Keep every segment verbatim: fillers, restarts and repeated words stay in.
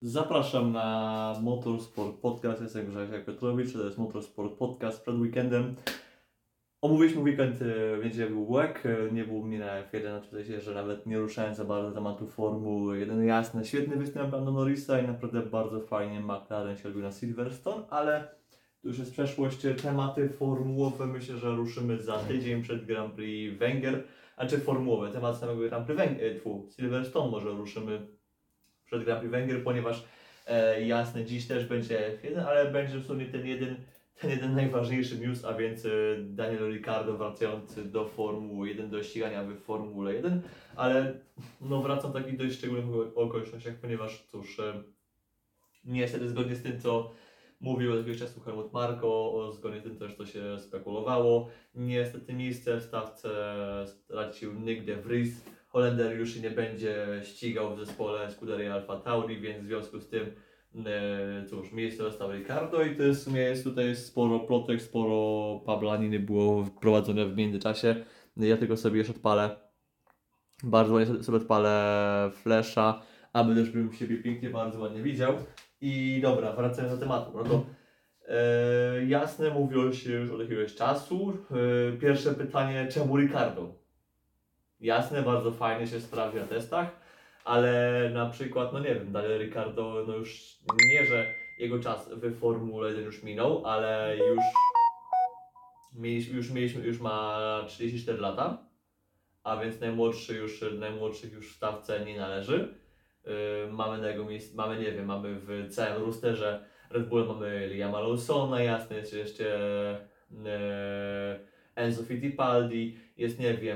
Zapraszam na Motorsport Podcast. Jestem Grzegorz Piotrowicz, to jest Motorsport Podcast przed weekendem. Omówiliśmy weekend, w niedzielę był Łek, nie był mnie na F jeden, w sensie, że nawet nie ruszałem za bardzo tematu Formuły jeden. Jasne, świetny występ Lando Norrisa i naprawdę bardzo fajnie McLaren się robił na Silverstone, ale to już jest przeszłość. Tematy formułowe myślę, że ruszymy za tydzień przed Grand Prix Węgier, a czy formułowe, temat samego Grand Prix Węgier, tfu, Silverstone może ruszymy przed Grand Prix Węgier, ponieważ e, jasne, dziś też będzie F jeden, ale będzie w sumie ten jeden, ten jeden najważniejszy news, a więc e, Daniel Ricciardo wracający do Formuły jeden, do ścigania w Formule jeden, ale no wracam w takich dość szczególnych okolicznościach, ponieważ cóż, e, niestety zgodnie z tym, co mówił od jakiegoś czasu Helmut Marko, zgodnie z tym też, co się spekulowało, niestety miejsce w stawce stracił Nyck de Vries. Holender już nie będzie ścigał w zespole Scuderia Alfa Tauri, więc w związku z tym e, cóż, miejsce dostał Ricciardo i to jest w sumie jest tutaj sporo plotek, sporo pablaniny było wprowadzone w międzyczasie. Ja tylko sobie jeszcze odpalę, bardzo ładnie sobie odpalę Flasha, aby też bym siebie pięknie, bardzo ładnie widział. I dobra, wracając do tematu, no to e, jasne, mówiło się już od jakiegoś czasu. E, pierwsze pytanie, czemu Ricciardo? Jasne, bardzo fajnie się sprawdzi na testach, ale na przykład, no nie wiem, Daniel Ricciardo, no już nie, że jego czas w Formule jeden już minął, ale już mieliśmy, już mieliśmy, już ma trzydzieści cztery lata, a więc najmłodszy już, najmłodszych już w stawce nie należy. Yy, mamy na jego miejscu, mamy, nie wiem, mamy w całym rosterze Red Bull mamy Liama Lawsona, jasne, jest jeszcze yy, Enzo Fittipaldi, jest, nie wiem,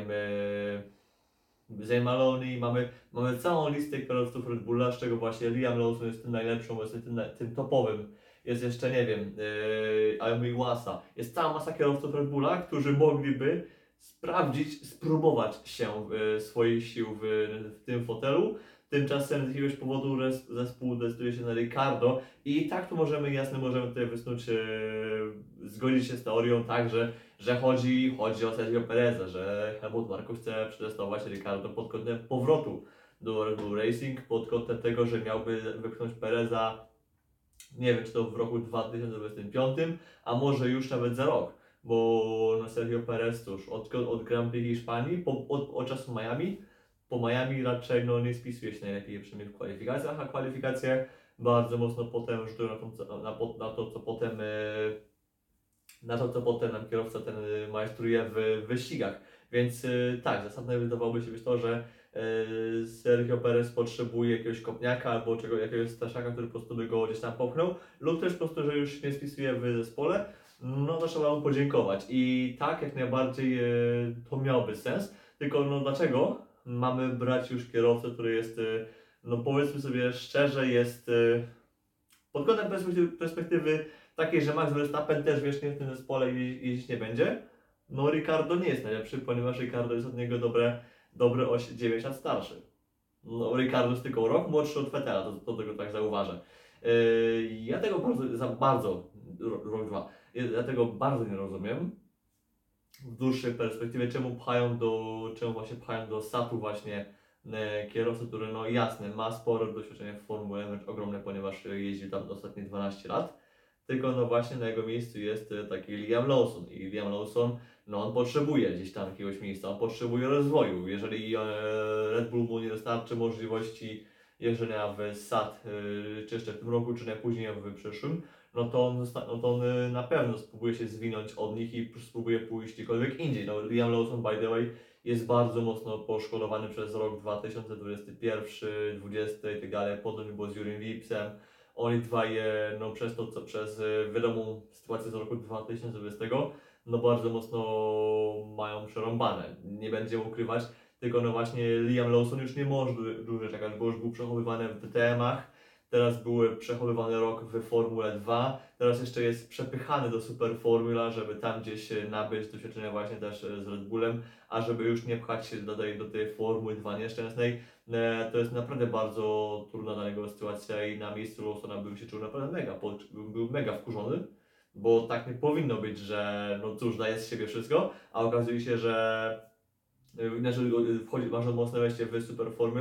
yy, Zay Maloney, mamy, mamy całą listę kierowców Red Bulla, z czego właśnie Liam Lawson jest tym najlepszym, jest tym, tym topowym. Jest jeszcze, nie wiem, yy, Ayumi Iwasa. Jest cała masa kierowców Red Bulla, którzy mogliby sprawdzić, spróbować się y, swoich sił w, w tym fotelu. Tymczasem z jakiegoś powodu res, zespół decyduje się na Ricciardo i tak tu możemy, jasne, możemy tutaj wysnuć, y, zgodzić się z teorią tak, że, że chodzi, chodzi o Sergio Pereza, że Helmut Marko chce przetestować Ricciardo pod kątem powrotu do Red Bull Racing, pod kątem tego, że miałby wypchnąć Pereza, nie wiem, czy to w roku dwa tysiące dwudziestym piątym, a może już nawet za rok, bo no Sergio Perez cóż, od, od Grand Prix Hiszpanii, po, od, od czasu Miami, po Miami raczej no, nie spisuje się najlepiej przynajmniej w kwalifikacjach, a kwalifikacje bardzo mocno potem rzutują na, to, na, na to, co potem na to, co potem nam kierowca ten majstruje w wyścigach. Więc tak, zasadne wydawałoby się być to, że Sergio Perez potrzebuje jakiegoś kopniaka albo czego, jakiegoś straszaka, który po prostu by go gdzieś tam popchnął, lub też po prostu, że już nie spisuje w zespole, no to trzeba mu podziękować. I tak, jak najbardziej to miałoby sens, tylko no dlaczego mamy brać już kierowcę, który jest, no powiedzmy sobie szczerze, jest pod kątem perspektywy, perspektywy takiej, że Max Verstappen też wiecznie w tym zespole jeździć nie będzie. No Ricardo nie jest najlepszy, ponieważ Ricardo jest od niego dobre, dobre osiem dziewięć lat starszy. No Ricardo jest tylko rok młodszy od Vettela, to, to tego tak zauważę. Yy, ja tego bardzo, za bardzo, rok dwa, ja tego bardzo nie rozumiem. W dłuższej perspektywie, czemu pchają do, czemu właśnie pchają do Satu właśnie e, kierowcę, który no jasne, ma spore doświadczenie w Formule, wręcz ogromne, ponieważ jeździł tam ostatnie dwanaście lat. Tylko no właśnie na jego miejscu jest taki Liam Lawson i Liam Lawson, no on potrzebuje gdzieś tam jakiegoś miejsca, on potrzebuje rozwoju. Jeżeli e, Red Bull mu nie dostarczy możliwości jeżdżenia w Sat, e, czy jeszcze w tym roku, czy najpóźniej w przyszłym, no to on, no to on na pewno spróbuje się zwinąć od nich i spróbuje pójść gdziekolwiek indziej. No Liam Lawson, by the way, jest bardzo mocno poszkodowany przez rok dwa tysiące dwudziesty pierwszy, dwudziesty i tak dalej, podobnie było z Jurym Vipsem. Oni dwaj, no przez to, co przez wiadomą sytuację z roku dwa tysiące dwudziestego, no bardzo mocno mają przerąbane. Nie będziemy ukrywać, tylko no właśnie Liam Lawson już nie może dłużej czekać, bo już był przechowywany w D T M-ach, teraz był przechowywany rok w Formule dwa, teraz jeszcze jest przepychany do Super Formula, żeby tam gdzieś nabyć doświadczenia właśnie też z Red Bullem, a żeby już nie pchać się do tej, do tej Formuły dwa nieszczęsnej. To jest naprawdę bardzo trudna dla niego sytuacja i na miejscu Lawsona bym się czuł naprawdę mega, bym był mega wkurzony, bo tak nie powinno być, że no cóż, daje z siebie wszystko, a okazuje się, że znaczy wchodzi, masz mocne wejście w Super Formula,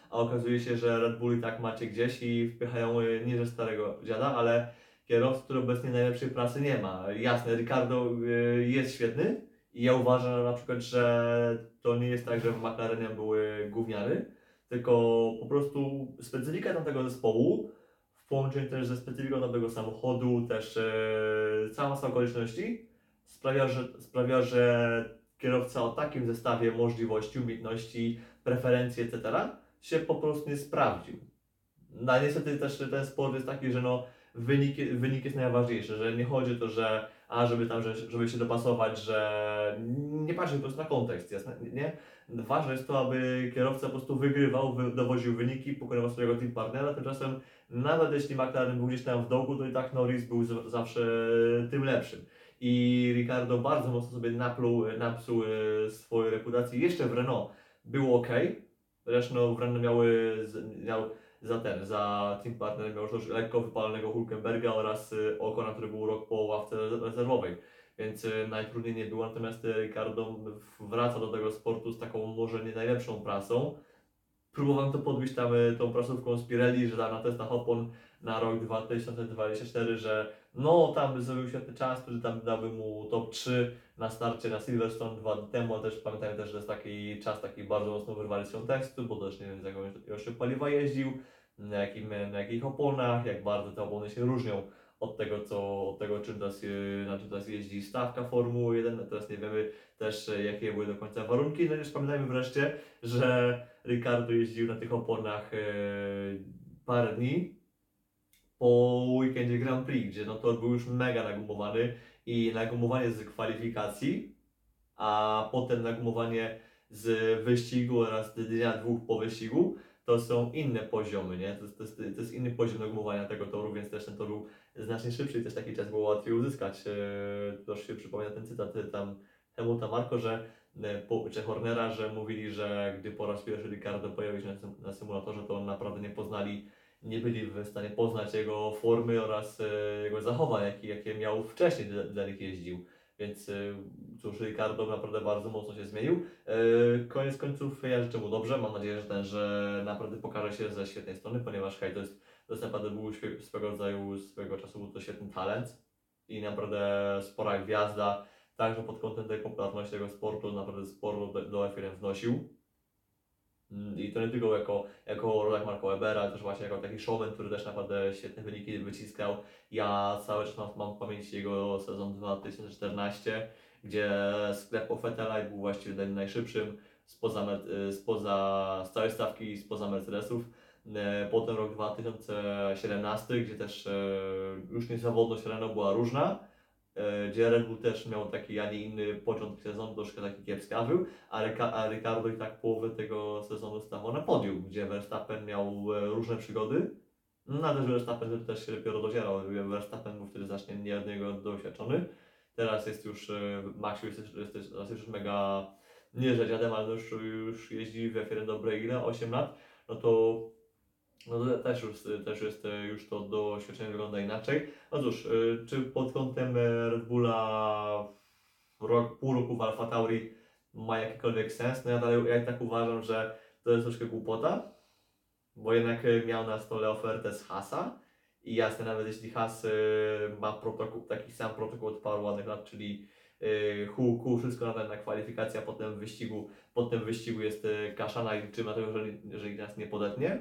a okazuje się, że Red Bull i tak macie gdzieś i wpychają y, nie że starego dziada, ale kierowców, który obecnie najlepszej pracy nie ma. Jasne, Ricardo y, jest świetny i ja uważam na przykład, że to nie jest tak, że w McLarenie były gówniary, tylko po prostu specyfika tamtego zespołu w połączeniu też ze specyfiką nowego samochodu, też e, cała masa okoliczności sprawia, że, sprawia, że kierowca o takim zestawie możliwości, umiejętności, preferencji, et cetera się po prostu nie sprawdził. No a niestety też ten sport jest taki, że no wynik, wynik jest najważniejszy, że nie chodzi o to, że a żeby tam, że, żeby się dopasować, że nie patrzy po prostu na kontekst, jasne, nie? Ważne jest to, aby kierowca po prostu wygrywał, wy, dowoził wyniki, pokonywał swojego team partnera, tymczasem nawet jeśli McLaren był gdzieś tam w dołku, to i tak Norris był z, zawsze tym lepszym. I Ricardo bardzo mocno sobie napluł, napsuł e, swoją reputację. Jeszcze w Renault było ok, zresztą w Renault miały, miał za ten, za team partner miał już lekko wypalonego Hülkenberga oraz y, Ocona, który był rok po ławce rezerwowej, więc y, najtrudniej nie było, natomiast y, Ricardo wraca do tego sportu z taką może nie najlepszą prasą. Próbowałem to podbić tam y, tą prasówką z Pirelli, że tam na testach opon na rok dwa tysiące dwudziesty czwarty, że no tam zrobił świetny czas, który tam dałby mu top trzy na starcie na Silverstone dwa dni temu, a też pamiętajmy też, że jest taki czas taki bardzo mocno wyrwany z kontekstu, bo też nie wiem z jaką ilością paliwa jeździł, na, jakim, na jakich oponach, jak bardzo te opony się różnią od tego, co, od tego czym teraz, y, na czym teraz jeździ stawka Formuły jeden, teraz nie wiemy też y, jakie były do końca warunki, no i też pamiętajmy wreszcie, że Ricardo jeździł na tych oponach y, parę dni po weekendzie Grand Prix, gdzie no to był już mega nagumowany i nagumowanie z kwalifikacji, a potem nagumowanie z wyścigu oraz dnia dwóch po wyścigu, to są inne poziomy, nie? To jest, to jest, to jest inny poziom nagumowania tego toru, więc też ten tor był znacznie szybszy i też taki czas było łatwiej uzyskać. Eee, też się przypomina ten cytat e, tam Helmuta Marko, że e, po, czy Hornera, że mówili, że gdy po raz pierwszy Ricardo pojawił się na, sym- na symulatorze, to naprawdę nie poznali, nie byli w stanie poznać jego formy oraz e, jego zachowań, jakie, jakie miał wcześniej, dla, dla nich jeździł. Więc y, cóż, Ricardo naprawdę bardzo mocno się zmienił. Yy, koniec końców ja życzę mu dobrze. Mam nadzieję, że ten, że naprawdę pokaże się ze świetnej strony, ponieważ hej, to jest, to jest naprawdę był świe- swego rodzaju, swego czasu był to świetny talent i naprawdę spora gwiazda. Także pod kątem tej popularności tego sportu naprawdę sporo do, do F jeden wnosił. Mm, I to nie tylko jako, jako rodak Marka Webera, ale też właśnie jako taki showman, który też naprawdę świetne wyniki wyciskał. Ja cały czas mam, mam w pamięci jego sezon dwa tysiące czternasty, gdzie sklep Ofetela był właściwie tym najszybszym spoza, Mer- y, spoza z całej stawki spoza Mercedesów. E, Potem rok dwa tysiące siedemnasty, gdzie też e, już niezawodność Renault była różna, e, gdzie Red Bull też miał taki, a nie inny początek sezonu, troszkę taki kiepskawy, a, Ryka- a Ricardo i tak połowę tego sezonu stawał na podium, gdzie Verstappen miał e, różne przygody. No ale też Verstappen wtedy też się dopiero dozierał. Verstappen był wtedy znacznie nie od niego doświadczony. Teraz jest już, e, Max jest, jest, jest, jest już mega, nie że dziadem, ale już, już jeździ w F jeden dobre ile, osiem lat, no to no to też już, też jest e, już to doświadczenie wygląda inaczej. No cóż, e, czy pod kątem e, Red Bulla rok, pół roku w Alfa Tauri ma jakikolwiek sens? No ja, dalej, ja i tak uważam, że to jest troszkę głupota, bo jednak e, miał na stole ofertę z Hasa i jasne, nawet jeśli Has e, ma protokół, taki sam protokół od paru ładnych lat, czyli e, hu, hu, wszystko nadal na kwalifikacja, potem w wyścigu, potem w wyścigu jest e, kaszana i liczymy na to, że, że ich nas nie podetnie,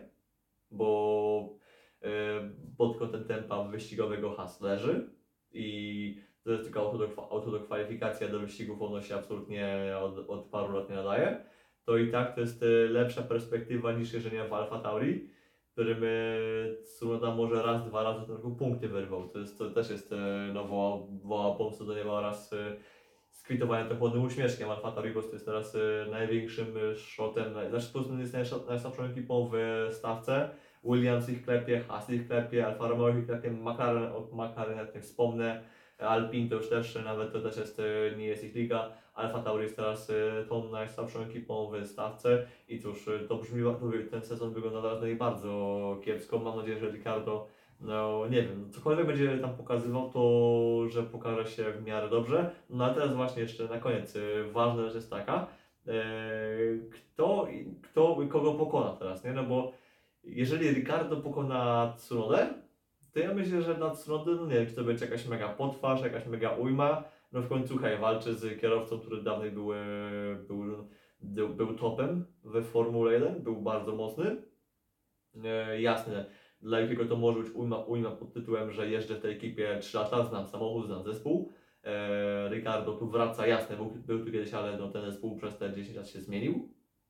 bo e, pod kątem tempa wyścigowego Has leży i to jest tylko auto do, kwa- auto do kwalifikacji, a do wyścigów ono się absolutnie od, od paru lat nie nadaje. To i tak to jest e, lepsza perspektywa niż jeżdżenie w Alfa Tauri, którym e, Tsunoda może raz, dwa razy tylko punkty wyrwał. To, jest, to też jest e, no, woła, woła pomstę do nieba oraz e, skwitowanie to chłodnym uśmieszkiem. Alfa Tauri po prostu jest teraz e, największym e, shotem, naj- znaczy po prostu jest najsza- najsłabszą ekipą w e, stawce. Williams ich klepie, Haas ich klepie, Alfa Romeo ich klepie, McLaren, o McLaren jak nie wspomnę, Alpine to już też, nawet to też jest, e, nie jest ich liga. Alfa Tauri jest teraz e, tą najsłabszą ekipą w stawce i cóż, e, to brzmi, to, ten sezon wygląda teraz no i bardzo kiepsko. Mam nadzieję, że Ricardo, no nie wiem, cokolwiek będzie tam pokazywał, to że pokaże się w miarę dobrze. No ale teraz właśnie jeszcze na koniec, e, ważna rzecz jest taka, kto, kto kogo pokona teraz, nie? No bo jeżeli Ricardo pokona Tsunodę, to ja myślę, że na Tsunodę, no nie wiem, czy to będzie jakaś mega potwarz, jakaś mega ujma, no w końcu hej, walczy z kierowcą, który dawniej był, był, był, był topem we Formule jeden, był bardzo mocny. E, jasne, dla jakiego to może być ujma, ujma pod tytułem, że jeżdżę w tej ekipie trzy lata, znam samochód, znam zespół. E, Ricardo tu wraca, jasne, był, był tu kiedyś, ale no, ten zespół przez te dziesięć lat się zmienił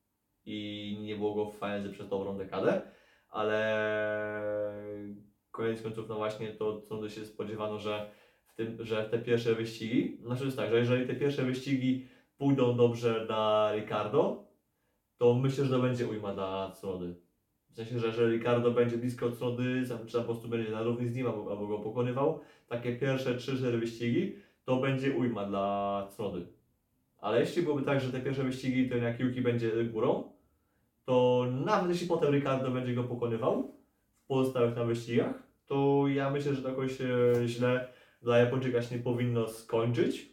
i nie było go w F A N przez dobrą dekadę, ale koniec końców, no właśnie to, co się spodziewano, że w tym, że te pierwsze wyścigi, znaczy jest tak, że jeżeli te pierwsze wyścigi pójdą dobrze dla Ricardo, to myślę, że to będzie ujma dla Tsunody. W sensie, że jeżeli Ricardo będzie blisko Tsunody, czy tam po prostu będzie na równi z nim, albo, albo go pokonywał, takie pierwsze trzy cztery wyścigi, to będzie ujma dla Tsunody. Ale jeśli byłoby tak, że te pierwsze wyścigi, to jak Yuki będzie górą, to nawet jeśli potem Ricardo będzie go pokonywał w pozostałych tam wyścigach, to ja myślę, że to jakoś e, źle dla Japończyka się nie powinno skończyć.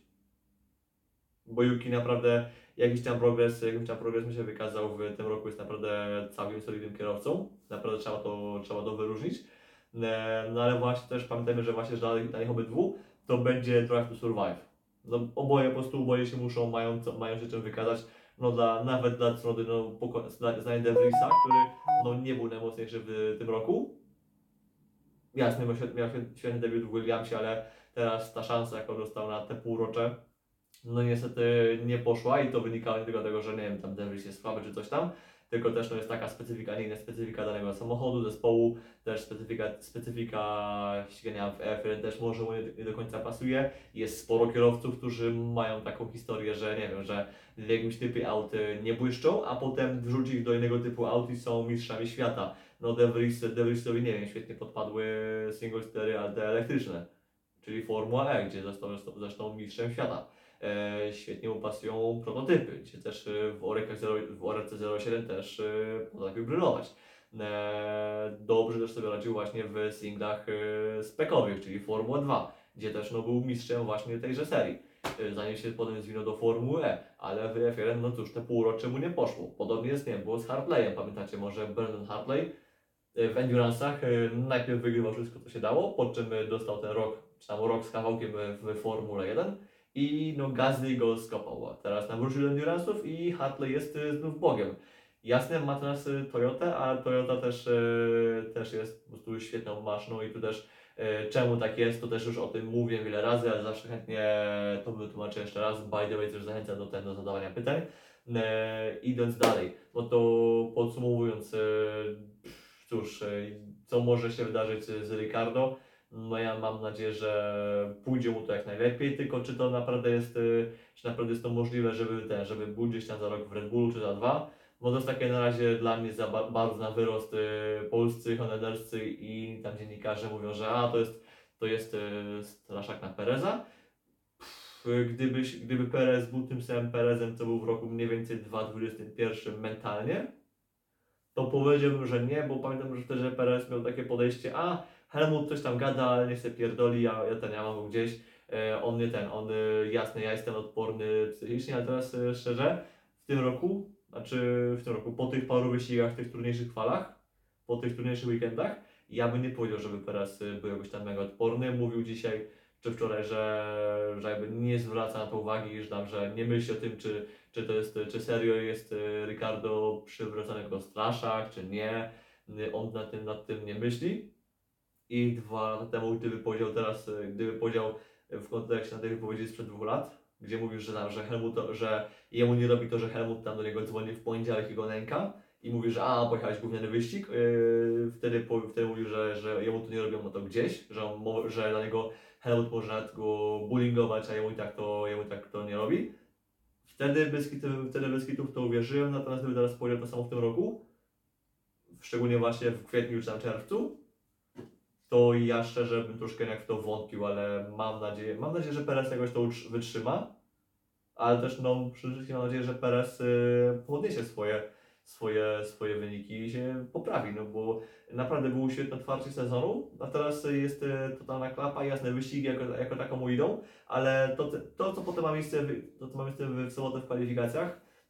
Bo Yuki naprawdę jakiś tam progres, jakiś tam progres mi się wykazał w tym roku, jest naprawdę całkiem solidnym kierowcą. Naprawdę trzeba to, trzeba to wyróżnić. E, No ale właśnie też pamiętajmy, że właśnie że dla, dla nich obydwu to będzie Drive to Survive. No, oboje po prostu oboje się muszą, mają, co, mają się czym wykazać. No dla, nawet dla Tsunody, no znajdę De Vriesa, który no, nie był najmocniejszy w tym roku. Jasne, miał, miał świetny debiut w Williamsie, ale teraz ta szansa, jaką dostał na te półrocze, no niestety nie poszła i to wynikało nie tylko z tego, że nie wiem, tam De Vries jest słaby czy coś tam, tylko też no, jest taka specyfika, nie inna specyfika danego samochodu, zespołu, też specyfika, specyfika ścigania w F jeden też może mu nie, nie do końca pasuje. Jest sporo kierowców, którzy mają taką historię, że nie wiem, że w jakimś typie aut nie błyszczą, a potem wrzuci ich do innego typu aut i są mistrzami świata. No De Vries, De Vriesowi, nie wiem, świetnie podpadły single stery, ale te elektryczne, czyli Formuła E, gdzie został zresztą mistrzem świata. E, świetnie mu pasują prototypy, gdzie też e, w Orece zero siedem też e, potrafił brylować. E, dobrze też sobie radził właśnie w singlach e, spekowych, czyli Formuła dwa, gdzie też no, był mistrzem właśnie tejże serii. E, zanim się potem zwinął do Formuły E, ale w F jeden, no cóż, te półrocze mu nie poszło. Podobnie jest, nie wiem, było z Hartleyem, pamiętacie może Brandon Hartley? W Endurance'ach najpierw wygrywał wszystko, co się dało, po czym dostał ten rok, czy tam rok z kawałkiem w Formule jeden i no Gasly go skopał. A teraz nawrócił do Endurance'ów i Hartley jest znów Bogiem. Jasne, ma teraz Toyotę, ale Toyota też, też jest po prostu świetną maszyną i tu też czemu tak jest, to też już o tym mówię wiele razy, ale zawsze chętnie to wytłumaczę jeszcze raz. By the way, też zachęcam do, ten, do zadawania pytań. E, idąc dalej, no to podsumowując, e, cóż, e, co może się wydarzyć z Ricardo? No ja mam nadzieję, że pójdzie mu to jak najlepiej, tylko czy to naprawdę jest, e, czy naprawdę jest to możliwe, żeby ten, żeby był gdzieś tam za rok w Red Bullu czy za dwa? No to jest takie na razie dla mnie za ba bardzo na wyrost e, polscy, holenderscy i tam dziennikarze mówią, że a to jest, to jest e, straszak na Pereza. Gdybyś, gdyby Perez był tym samym Perezem, co był w roku mniej więcej dwa tysiące dwudziestym pierwszym mentalnie, to powiedziałbym, że nie, bo pamiętam, że wtedy Perez miał takie podejście, a Helmut coś tam gada, ale nie się pierdoli, ja, ja ten, ja mam go gdzieś, e, on nie ten, on e, jasne, ja jestem odporny psychicznie, ale teraz e, szczerze, w tym roku, znaczy w tym roku, po tych paru wyścigach, tych trudniejszych falach, po tych trudniejszych weekendach, ja bym nie powiedział, żeby Perez e, był jakoś tam mega odporny, mówił dzisiaj, czy wczoraj, że, że jakby nie zwraca na to uwagi, że, tam, że nie myśli o tym, czy, czy to jest, czy serio jest Ricardo przywrócony jako straszak, czy nie. On nad tym, nad tym nie myśli. I dwa lata temu, gdyby powiedział teraz, gdyby powiedział w kontekście na tej wypowiedzi sprzed dwóch lat, gdzie mówisz, że, tam, że, Helmut, że jemu nie robi to, że Helmut tam do niego dzwoni w poniedziałek i go nęka i mówi, że a, pojechałeś gówniany wyścig, yy, wtedy, po, wtedy mówił, że, że jemu to nie robią, no to gdzieś, że, on, że dla niego Helmut może nawet go bullyingować, a jemu i tak to, jemu i tak to nie robi. Wtedy bez kitów, wtedy bez kitów to uwierzyłem, natomiast gdyby teraz powiedział to samo w tym roku, szczególnie właśnie w kwietniu czy tam czerwcu, to ja szczerze bym troszkę jak w to wątpił, ale mam nadzieję, mam nadzieję, że Perez jakoś to wytrzyma, ale też no przede wszystkim mam nadzieję, że Perez yy, podniesie swoje, swoje, swoje wyniki i się poprawi, no bo naprawdę był świetny otwarcie sezonu, a teraz jest yy, totalna klapa, jasne wyścigi jako, jako taką mu idą, ale to, to co potem ma miejsce, to co ma miejsce w, w sobotę w kwalifikacjach,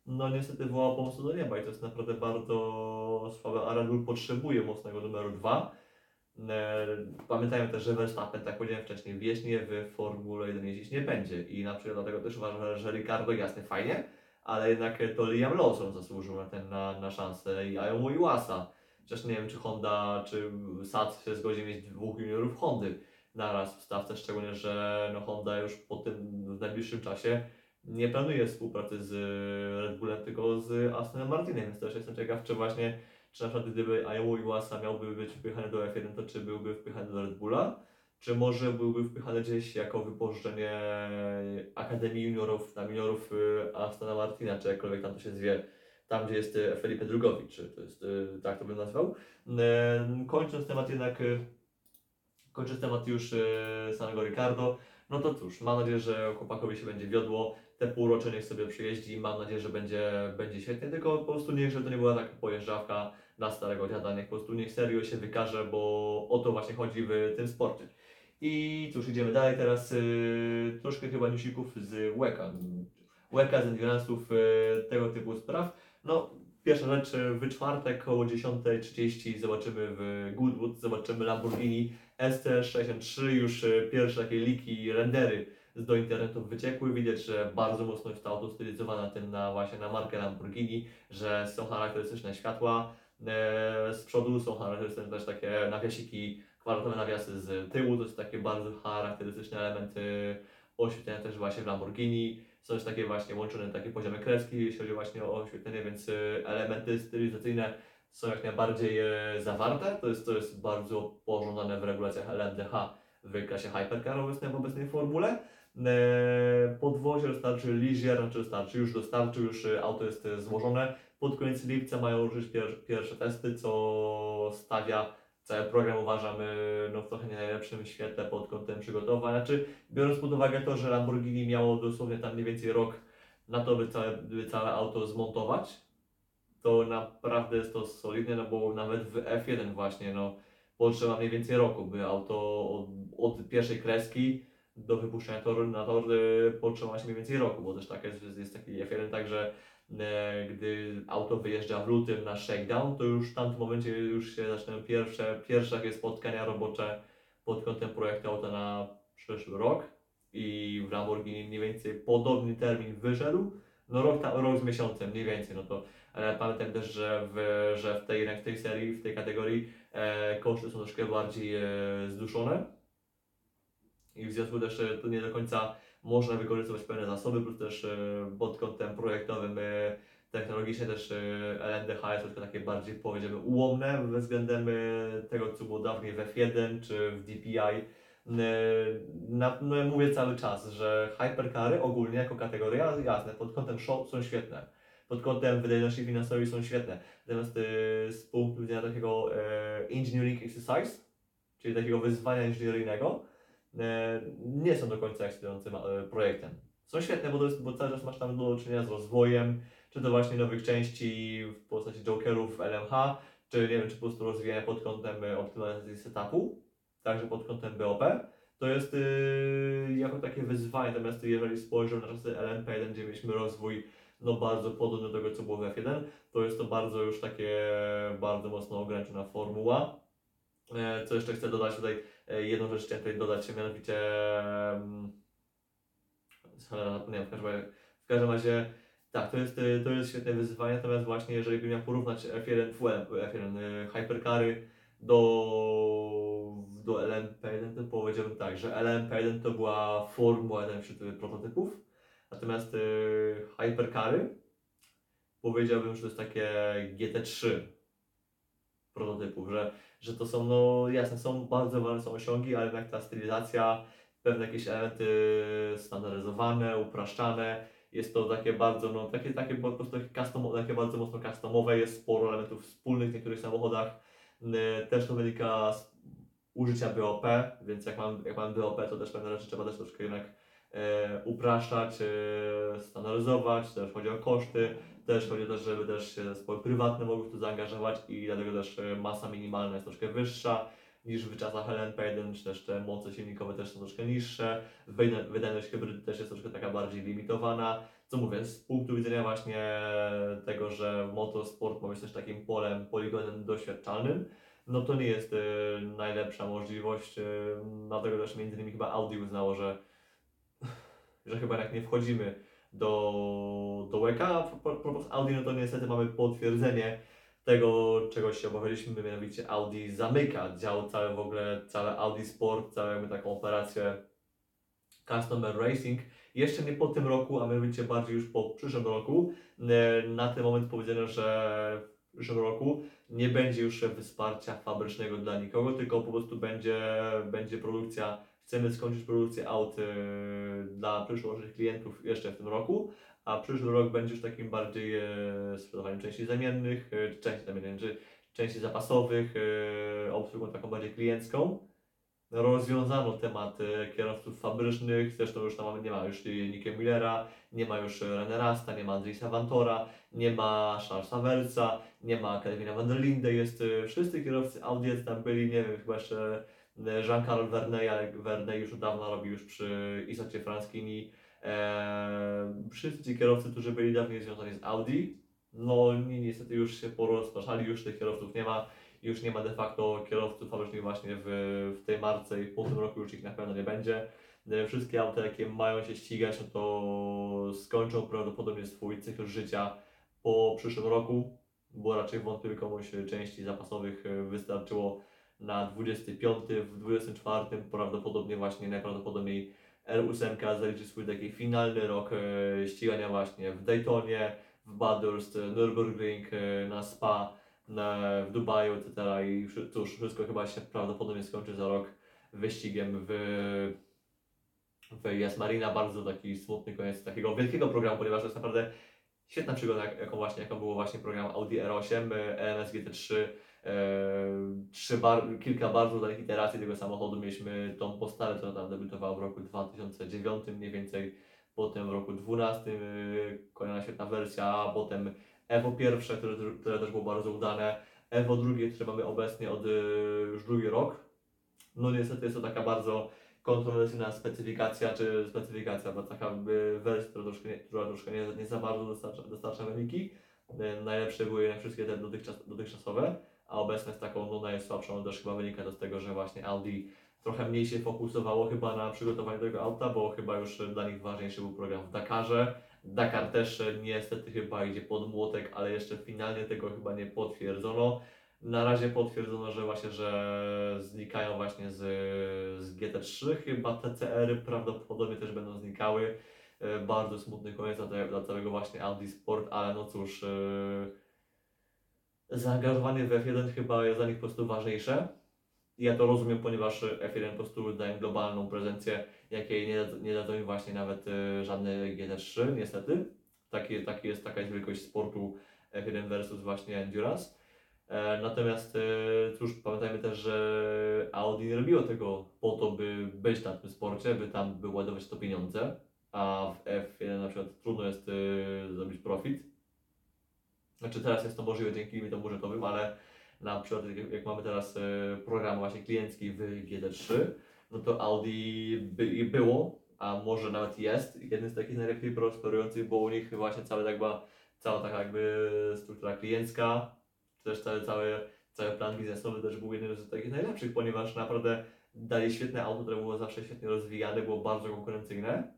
no niestety woła pomocy do nieba i to jest naprawdę bardzo słabe, a Red Bull potrzebuje mocnego numeru dwa. E, Pamiętajmy też, że Verstappen, tak jak powiedziałem wcześniej, wiecznie w Formule jeden jeździć nie będzie i na przykład dlatego też uważam, że Ricardo jasne fajnie, ale jednak to Liam Lawson zasłużył na, ten, na, na szansę i Ayumu Iwasa. Chociaż nie wiem, czy Honda, czy S A T się zgodzi mieć dwóch juniorów Hondy naraz w stawce, szczególnie, że no Honda już po tym w najbliższym czasie nie planuje współpracy z Red Bullem, tylko z Astonem Martinem, więc też jestem ciekaw, czy właśnie czy na przykład gdyby Ayumu Iwasa miałby być wpychany do F jeden, to czy byłby wpychany do Red Bulla? Czy może byłby wpychany gdzieś jako wypożyczenie Akademii Juniorów na juniorów y, Astona Martina, czy jakkolwiek tam to się zwie, tam gdzie jest y, Felipe Drugowicz, czy to jest, y, tak to bym nazwał. Y, Kończąc temat jednak, y, kończąc temat już y, samego Ricardo, no to cóż, mam nadzieję, że chłopakowi się będzie wiodło, te półrocze niech sobie przyjeździ, mam nadzieję, że będzie, będzie świetnie, tylko po prostu niech, żeby to nie była taka pojeżdżawka na starego dziada, niech po prostu niech serio się wykaże, bo o to właśnie chodzi w tym sporcie. I cóż, idziemy dalej teraz, yy, troszkę chyba newsików z łeka, łeka z Endurance'ów, yy, tego typu spraw. No, pierwsza rzecz, w czwartek około dziesiąta trzydzieści zobaczymy w Goodwood, zobaczymy Lamborghini S T sześćdziesiąt trzy, już yy, pierwsze takie liki, rendery do internetu wyciekły. Widać, że bardzo mocno jest to auto stylizowane na tym, na właśnie na markę Lamborghini, że są charakterystyczne światła e, z przodu, są charakterystyczne też takie nawiasiki, kwadratowe nawiasy z tyłu, to jest takie bardzo charakterystyczne elementy oświetlenia też właśnie w Lamborghini. Są też takie właśnie łączone takie poziomy kreski, jeśli chodzi właśnie o oświetlenie, więc e, elementy stylizacyjne są jak najbardziej e, zawarte. To jest, to jest bardzo pożądane w regulacjach L M D H w klasie Hypercar obecnej w obecnej formule. E, Podwozie dostarczy Ligier, znaczy dostarczy, już dostarczył, już e, auto jest e, złożone. Pod koniec lipca mają ruszyć pier pierwsze testy, co stawia cały program, uważam, e, no, w trochę nie najlepszym świetle pod kątem przygotowań. Znaczy, biorąc pod uwagę to, że Lamborghini miało dosłownie tam mniej więcej rok na to, by całe, by całe auto zmontować, to naprawdę jest to solidne, no bo nawet w F jeden właśnie, no potrzeba mniej więcej roku, by auto od, od pierwszej kreski do wypuszczenia toru na tor y, potrzeba się mniej więcej roku, bo też tak jest, jest taki F jeden, tak, że e, gdy auto wyjeżdża w lutym na shakedown, to już w tamtym momencie już się zaczynają pierwsze, pierwsze takie spotkania robocze pod kątem projektu auta na przyszły rok i w Lamborghini mniej więcej podobny termin wyszedł, no rok, ta, rok z miesiącem mniej więcej, no to ale pamiętam też, że w, że w, tej, w tej serii, w tej kategorii e, koszty są troszkę bardziej e, zduszone i w związku też e, tu nie do końca można wykorzystywać pełne zasoby, plus też e, pod kątem projektowym e, technologicznie też e, L M D H jest troszkę takie bardziej, powiedziałbym, ułomne względem e, tego, co było dawniej w F jeden czy w D P I. E, na, no, mówię cały czas, że hypercary ogólnie jako kategoria, jasne, pod kątem show są świetne, pod kątem wydajności finansowej są świetne. Natomiast e, z punktu widzenia takiego e, engineering exercise, czyli takiego wyzwania inżynieryjnego, e, nie są do końca ekscytującym e, projektem. Są świetne, bo, to jest, bo cały czas masz tam do czynienia z rozwojem, czy to właśnie nowych części w postaci jokerów L M H, czy nie wiem, czy po prostu rozwijania pod kątem e, optymalizacji setupu, także pod kątem B O P. To jest yy, jako takie wyzwanie, natomiast jeżeli spojrzymy na czasy L M P jeden, gdzie mieliśmy rozwój no bardzo podobny do tego, co było w F jeden, to jest to bardzo już takie, bardzo mocno ograniczona formuła. E, Co jeszcze chcę dodać tutaj, e, jedną rzecz chciałem tutaj dodać, mianowicie, um, zapomniałem, w każdym razie, w każdym razie tak, to jest, e, to jest świetne wyzwanie, natomiast właśnie jeżeli bym miał porównać F jeden, fu, F jeden e, Hypercary do, do L M P jeden, to powiedziałbym tak, że L M P jeden to była formuła jeden wśród prototypów, natomiast y, Hypercary powiedziałbym, że to jest takie G T trzy prototypów, że, że to są, no jasne, są bardzo ważne są osiągi, ale jednak ta stylizacja, pewne jakieś elementy standaryzowane, upraszczane, jest to takie bardzo, no takie, takie po prostu takie, custom, takie bardzo mocno customowe, jest sporo elementów wspólnych w niektórych samochodach, y, też to wynika z użycia B O P, więc jak mam, jak mam B O P, to też pewne rzeczy trzeba też troszkę jednak e, upraszczać, e, standaryzować, też chodzi o koszty, też chodzi o to, żeby też się zespoły prywatne mogły w to zaangażować i dlatego też e, masa minimalna jest troszkę wyższa. niż w czasach L M P jeden, czy też te moce silnikowe też są troszkę niższe, wyda- wydajność hybrydy też jest troszkę taka bardziej limitowana. Co mówię, z punktu widzenia właśnie tego, że motorsport ma być też takim polem, poligonem doświadczalnym, no to nie jest y, najlepsza możliwość, y, dlatego też między innymi chyba Audi uznało, że, że chyba jak nie wchodzimy do, do łeka, a pro- propos Audi, no to niestety mamy potwierdzenie tego, czego się obawialiśmy, mianowicie Audi zamyka dział cały w ogóle, całe Audi Sport, całą jakby taką operację Customer Racing. Jeszcze nie po tym roku, a mianowicie bardziej już po przyszłym roku. E, Na ten moment powiedziano, że w przyszłym roku nie będzie już wsparcia fabrycznego dla nikogo, tylko po prostu będzie, będzie produkcja, chcemy skończyć produkcję aut e, dla przyszłorocznych klientów jeszcze w tym roku, a przyszły rok będzie już takim bardziej e, sprzedawaniem części zamiennych, e, części zamiennych, czy części zapasowych, e, obsługą taką bardziej kliencką. Rozwiązano temat e, kierowców fabrycznych, zresztą już tam mamy- nie ma już Nicka Millera, nie ma już René Rasta, nie ma Andrisa Vantora, nie ma Charlesa Welsa, nie ma Kelvina van der Linde, jest e, wszyscy kierowcy Audi tam byli, nie wiem, chyba jeszcze e, Jean-Carl Vernet, ale Vernet już od dawna robi już przy Isocie Franskini. E, wszyscy ci kierowcy, którzy byli dawniej związani z Audi, no ni- niestety już się porozpraszali, już tych kierowców nie ma. Już nie ma de facto kierowców fabrycznych właśnie w, w tej marce i po tym roku już ich na pewno nie będzie. E, Wszystkie auta, jakie mają się ścigać, no to skończą prawdopodobnie swój cykl życia po przyszłym roku, bo raczej wątpię, by komuś części zapasowych e, wystarczyło na dwudziesty piąty, w dwudziestym czwartym prawdopodobnie właśnie najprawdopodobniej R osiem zaliczy swój taki finalny rok e, ścigania właśnie w Daytonie, w Bathurst, Nürburgring, e, na Spa, na, w Dubaju, et cetera. I wszy- cóż, wszystko chyba się prawdopodobnie skończy za rok wyścigiem w, w Yas Marina. Bardzo taki smutny koniec takiego wielkiego programu, ponieważ to jest naprawdę świetna przygoda, jak- jaką właśnie, jaką było właśnie program Audi R osiem, e, E M S G T trzy, e, trzy bar, kilka bardzo udanych iteracji tego samochodu. Mieliśmy tą postawę, która tam debiutowała w roku dwa tysiące dziewiątym mniej więcej, potem w roku dwunastym e, kolejna świetna wersja, a potem Evo pierwsze, które, które też było bardzo udane, Evo drugie, które mamy obecnie od e, już drugi rok. No niestety jest to taka bardzo kontrowersyjna specyfikacja, czy specyfikacja, bo taka by wersja, która troszkę nie, która troszkę nie, nie za bardzo dostarcza, dostarcza wyniki. E, Najlepsze były jak wszystkie te dotychczas, dotychczasowe, a obecna jest taką no, najsłabszą, też chyba wynika to z tego, że właśnie Audi trochę mniej się fokusowało chyba na przygotowaniu tego auta, bo chyba już dla nich ważniejszy był program w Dakarze. Dakar też e, niestety chyba idzie pod młotek, ale jeszcze finalnie tego chyba nie potwierdzono. Na razie potwierdzono, że właśnie, że znikają właśnie z, z G T trzy, chyba T C R-y prawdopodobnie też będą znikały. E, Bardzo smutny koniec dla, te, dla całego właśnie Audi Sport, ale no cóż, e, zaangażowanie w F jeden chyba jest dla nich po prostu ważniejsze. I ja to rozumiem, ponieważ F jeden po prostu daje globalną prezencję, jakiej nie, da- nie dadzą im właśnie nawet e, żadne G T trzy, niestety. Taki, taki jest, taka jest wielkość sportu F jeden versus właśnie Endurance. E, Natomiast, e, cóż, pamiętajmy też, że Audi nie robiło tego po to, by być na tym sporcie, by tam by ładować to pieniądze, a w F jeden na przykład trudno jest e, zrobić profit. Znaczy teraz jest to możliwe dzięki limitom budżetowym, ale na przykład jak, jak mamy teraz e, program właśnie kliencki w G T trzy, no to Audi by, było, a może nawet jest jeden z takich najlepiej prosperujących, bo u nich właśnie cała, jakby, cała taka jakby struktura kliencka, czy też cały, cały, cały plan biznesowy też był jednym z takich najlepszych, ponieważ naprawdę dali świetne auto, które było zawsze świetnie rozwijane, było bardzo konkurencyjne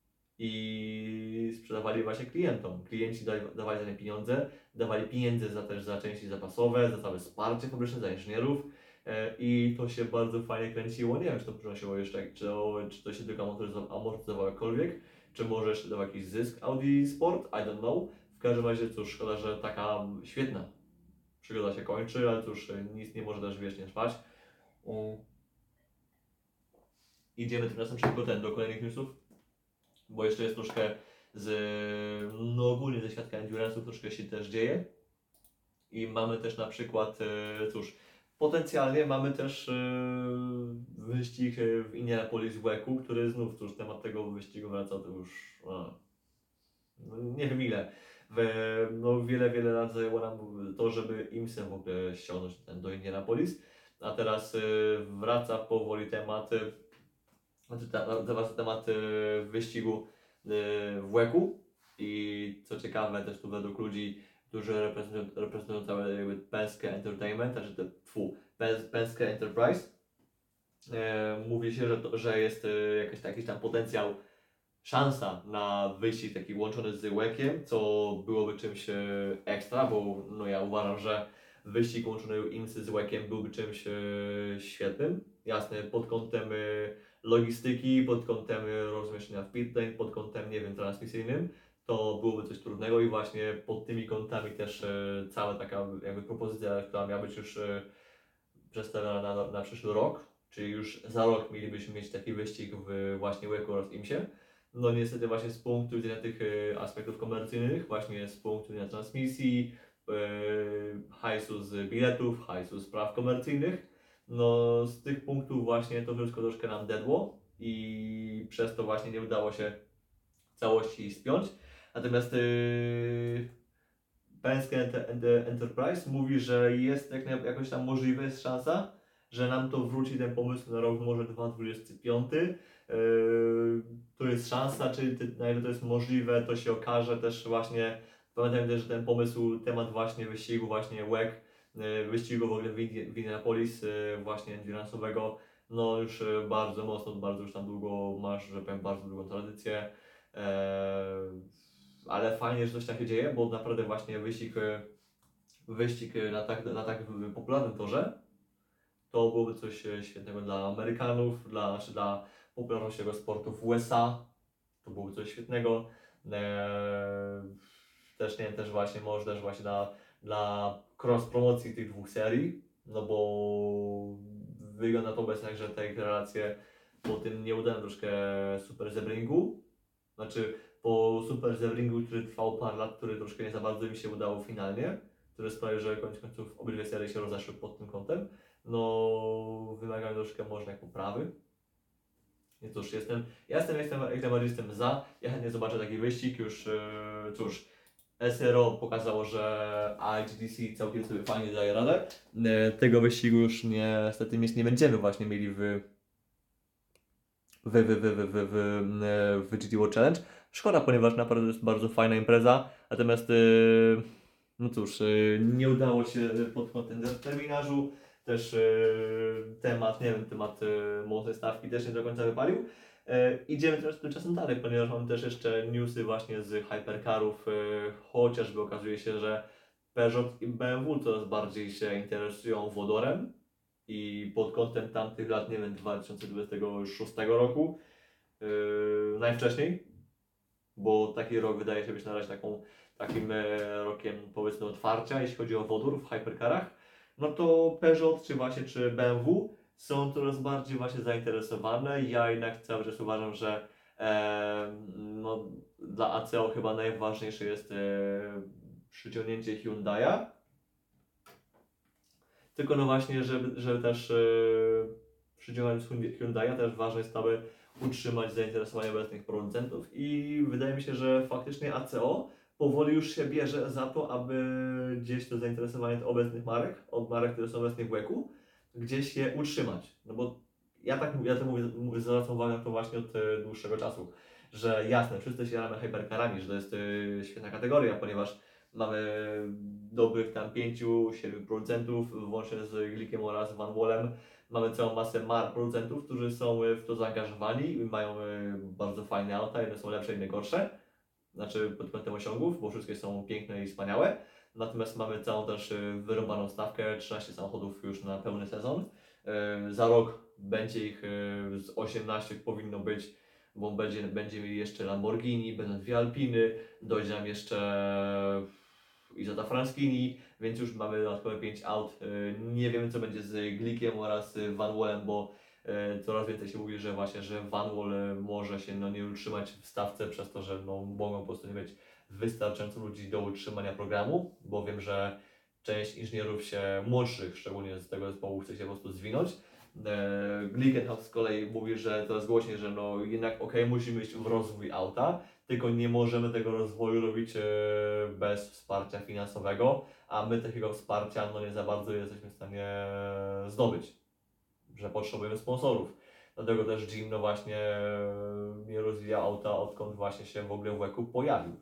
i sprzedawali właśnie klientom. Klienci dali, dawali za nie pieniądze, dawali pieniądze za też za części zapasowe, za całe wsparcie fabryczne, za inżynierów e, i to się bardzo fajnie kręciło. Nie wiem, czy to przynosiło jeszcze, czy to, czy to się tylko amortyzowało, amortyzowało jakkolwiek, czy może jeszcze dał jakiś zysk Audi Sport, I don't know. W każdym razie, cóż, szkoda, że taka świetna przygoda się kończy, ale cóż, nic nie może też wiecznie trwać. Mm. Idziemy tymczasem szybko ten, do kolejnych newsów, bo jeszcze jest troszkę z, no ogólnie ze świadka endurance'u troszkę się też dzieje i mamy też na przykład, e, cóż, potencjalnie mamy też e, wyścig w Indianapolis w Łeku, który znów, cóż, temat tego wyścigu wraca to już, a, no, nie wiem ile. W, no wiele, wiele lat zajęło nam to, żeby IMSA w ogóle ściągnąć ten do Indianapolis, a teraz y, wraca powoli temat, y, znaczy ta- wraca temat y, wyścigu y, w łeku i co ciekawe też tu według ludzi, którzy reprezentują, reprezentują całe jakby Penske Entertainment, znaczy te, tfu, Pens- Penske Enterprise, e, mówi się, że, to, że jest e, jakiś, jakiś tam potencjał, szansa na wyścig taki łączony z łekiem, co byłoby czymś e, ekstra, bo no ja uważam, że wyścig łączony IMSY z łekiem byłby czymś e, świetnym. Jasne, pod kątem e, logistyki, pod kątem e, rozmieszczenia w pit lane, pod kątem, nie wiem, transmisyjnym, to byłoby coś trudnego i właśnie pod tymi kątami też e, cała taka jakby propozycja, która miała być już e, przedstawiona na, na przyszły rok, czyli już za rok mielibyśmy mieć taki wyścig w właśnie łeku oraz IMSie. No niestety właśnie z punktu widzenia tych e, aspektów komercyjnych, właśnie z punktu widzenia transmisji, e, hajsu z biletów, hajsu z praw komercyjnych, no z tych punktów właśnie to wszystko troszkę nam dedło i przez to właśnie nie udało się w całości spiąć. Natomiast yy, Penske Enter- Enter- Enterprise mówi, że jest jak, naj- jakoś tam możliwa jest szansa, że nam to wróci ten pomysł na rok może dwa tysiące dwudziesty piąty. Yy, to jest szansa, czy ty- na ile to jest możliwe, to się okaże też właśnie. Pamiętajmy też, że ten pomysł, temat właśnie wyścigu, właśnie łek, yy, wyścigu w ogóle w, Indi- w Indianapolis, yy, właśnie endurance'owego, no już yy, bardzo mocno, bardzo już tam długo masz, że powiem, bardzo długą tradycję. Yy, ale fajnie, że coś takiego dzieje, bo naprawdę właśnie wyścig, e, wyścig e, na tak, na tak popularnym torze to byłoby coś e, świetnego dla Amerykanów, dla, znaczy dla popularności tego sportu w U S A, to byłoby coś świetnego. Eee, też nie wiem, też właśnie może też właśnie dla, dla cross promocji tych dwóch serii, no bo wygląda to obecnie tak, że te ich relacje po tym nieudanym troszkę Super Zebringu, znaczy po Super Zebringu, który trwał parę lat, który troszkę nie za bardzo mi się udało finalnie, który sprawił, że koniec końców obydwie serie się rozeszły pod tym kątem, no wymagają troszkę może jak poprawy. I cóż, jestem, ja jestem, jestem, jestem, jestem za, ja chętnie zobaczę taki wyścig, już yy, cóż, S R O pokazało, że I G D C całkiem sobie fajnie daje radę. Yy, tego wyścigu już niestety mieć nie będziemy właśnie mieli w w, w, w, w, w, w, w G T World Challenge. Szkoda, ponieważ naprawdę jest bardzo fajna impreza, natomiast yy, no cóż, yy, nie udało się pod kątem terminarzu, też yy, temat, nie wiem, temat yy, mocnej stawki też nie do końca wypalił. Yy, idziemy teraz tymczasem dalej, ponieważ mamy też jeszcze newsy właśnie z hypercarów, yy, chociażby okazuje się, że Peugeot i B M W coraz bardziej się interesują wodorem i pod kątem tamtych lat, nie wiem, dwa tysiące dwudziestego szóstego roku, yy, najwcześniej, bo taki rok wydaje się być na razie taką, takim e, rokiem powiedzmy otwarcia, jeśli chodzi o wodór w hypercarach, no to Peugeot czy właśnie czy B M W są coraz bardziej właśnie zainteresowane. Ja jednak cały czas uważam, że e, no, dla A C O chyba najważniejsze jest e, przyciągnięcie Hyundai'a. Tylko no właśnie, żeby, żeby też yy, przyciągając Hyundai'a też ważne jest, aby utrzymać zainteresowanie obecnych producentów i wydaje mi się, że faktycznie A C O powoli już się bierze za to, aby gdzieś to zainteresowanie od obecnych marek, od marek, które są obecnie w łeku, gdzieś je utrzymać. No bo ja tak mówię, ja to mówię, mówię zwracam uwagę na to właśnie od e, dłuższego czasu, że jasne, wszyscy się jaramy hypercarami, że to jest e, świetna kategoria, ponieważ mamy dobrych tam pięciu, siedmiu producentów, włącznie z Glikiem oraz Van Wallem. Mamy całą masę mar producentów, którzy są w to zaangażowani i mają e, bardzo fajne auta, jedne są lepsze, inne gorsze. Znaczy pod kątem osiągów, bo wszystkie są piękne i wspaniałe. Natomiast mamy całą też e, wyrąbaną stawkę, trzynaście samochodów już na pełny sezon. E, Za rok będzie ich e, z osiemnaście powinno być, bo będzie, będzie mieli jeszcze Lamborghini, będą dwie Alpiny, dojdzie nam jeszcze Izzata Franschini, więc już mamy dodatkowe pięć aut. E, Nie wiemy co będzie z Glikiem oraz e, Van Wallem, bo e, coraz więcej się mówi, że właśnie, że Van Wall e, może się no, nie utrzymać w stawce przez to, że no, mogą po prostu nie mieć wystarczająco ludzi do utrzymania programu, bo wiem, że część inżynierów się młodszych, szczególnie z tego zespołu, chce się po prostu zwinąć. E, Glickenhaus z kolei mówi, że coraz głośniej, że no jednak okej, okay, musimy iść w rozwój auta, tylko nie możemy tego rozwoju robić e, bez wsparcia finansowego, a my takiego wsparcia no nie za bardzo jesteśmy w stanie zdobyć, że potrzebujemy sponsorów. Dlatego też Jim no właśnie nie rozwija auta, odkąd właśnie się w ogóle w łeku pojawił.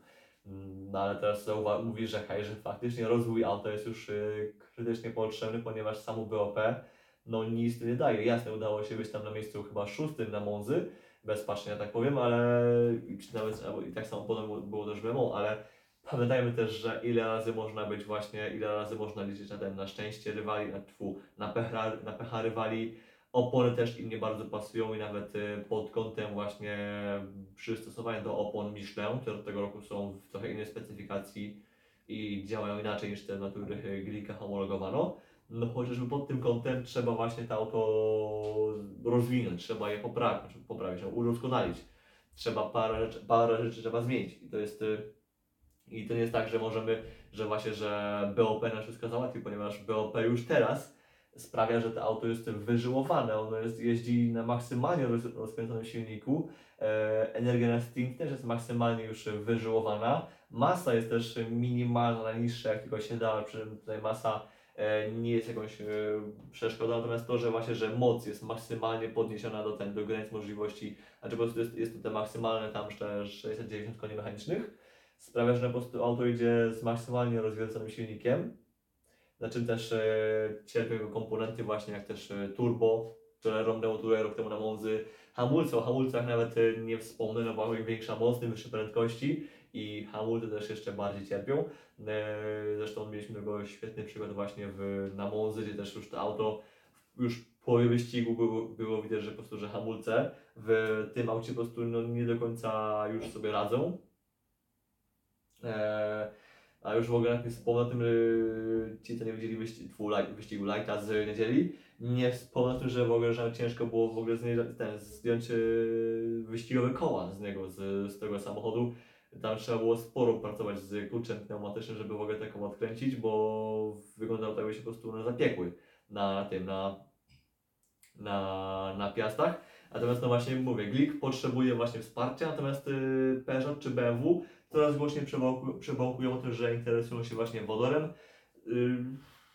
No ale teraz zauwa- mówi, że hej, że faktycznie rozwój auta jest już y, krytycznie potrzebny, ponieważ samo B O P no nic nie daje. Jasne, udało się być tam na miejscu chyba szóstym na Monzy, bez patrzenia tak powiem, ale i czy nawet albo i tak samo potem było też w Le Mans, ale pamiętajmy też, że ile razy można być właśnie, ile razy można liczyć na ten, na szczęście rywali, na, tfu, na, pecha, na pecha rywali. Opony też im nie bardzo pasują i nawet y, pod kątem właśnie przystosowania do opon Michelin, które od tego roku są w trochę innej specyfikacji i działają inaczej niż te, na których y, Glica homologowano. No chociażby pod tym kątem trzeba właśnie to auto rozwinąć, trzeba je poprawić, poprawić, udoskonalić. Trzeba parę rzeczy, parę rzeczy trzeba zmienić i to jest y, i to nie jest tak, że możemy, że właśnie, że B O P na wszystko załatwi, ponieważ B O P już teraz sprawia, że to auto jest wyżyłowane, ono jest, jeździ na maksymalnie roz, rozkręconym silniku, e, energia na Steam też jest maksymalnie już wyżyłowana, masa jest też minimalna, najniższa jak tylko się da, przy czym tutaj masa e, nie jest jakąś e, przeszkodą, natomiast to, że właśnie, że moc jest maksymalnie podniesiona do, ten, do granic możliwości, znaczy po prostu jest, jest to te maksymalne tam sześćset dziewięćdziesiąt koni mechanicznych, sprawia, że po prostu auto idzie z maksymalnie rozwierconym silnikiem, na czym też e, cierpią jego komponenty właśnie jak też e, turbo, które rąbnęło tutaj rok temu na Monzy. Hamulce, o hamulcach nawet e, nie wspomnę, no bo im większa moc, tym wyższe prędkości i hamulce też jeszcze bardziej cierpią. E, zresztą mieliśmy tego świetny przykład właśnie w, na Monzy, gdzie też już to auto już w połowie wyścigu było, było widać, że po prostu, że hamulce w tym aucie po prostu no, nie do końca już sobie radzą. Eee, a już w ogóle jak wspomnę o tym, yy, ci co nie widzieli wyścigu, wyścigu Lighta z niedzieli, nie wspomnę o tym, że w ogóle że ciężko było w ogóle z nie, ten, zdjąć yy, wyścigowe koła z niego, z, z tego samochodu. Tam trzeba było sporo pracować z kluczem pneumatycznym, żeby w ogóle te koła odkręcić, bo wyglądało tak, jakby się po prostu one zapiekły na tym, na, na, na piastach. Natomiast no właśnie mówię, Glick potrzebuje właśnie wsparcia, natomiast yy, Peugeot czy B M W coraz głośniej przebałku, przebałkują o tym, że interesują się właśnie wodorem. Yy,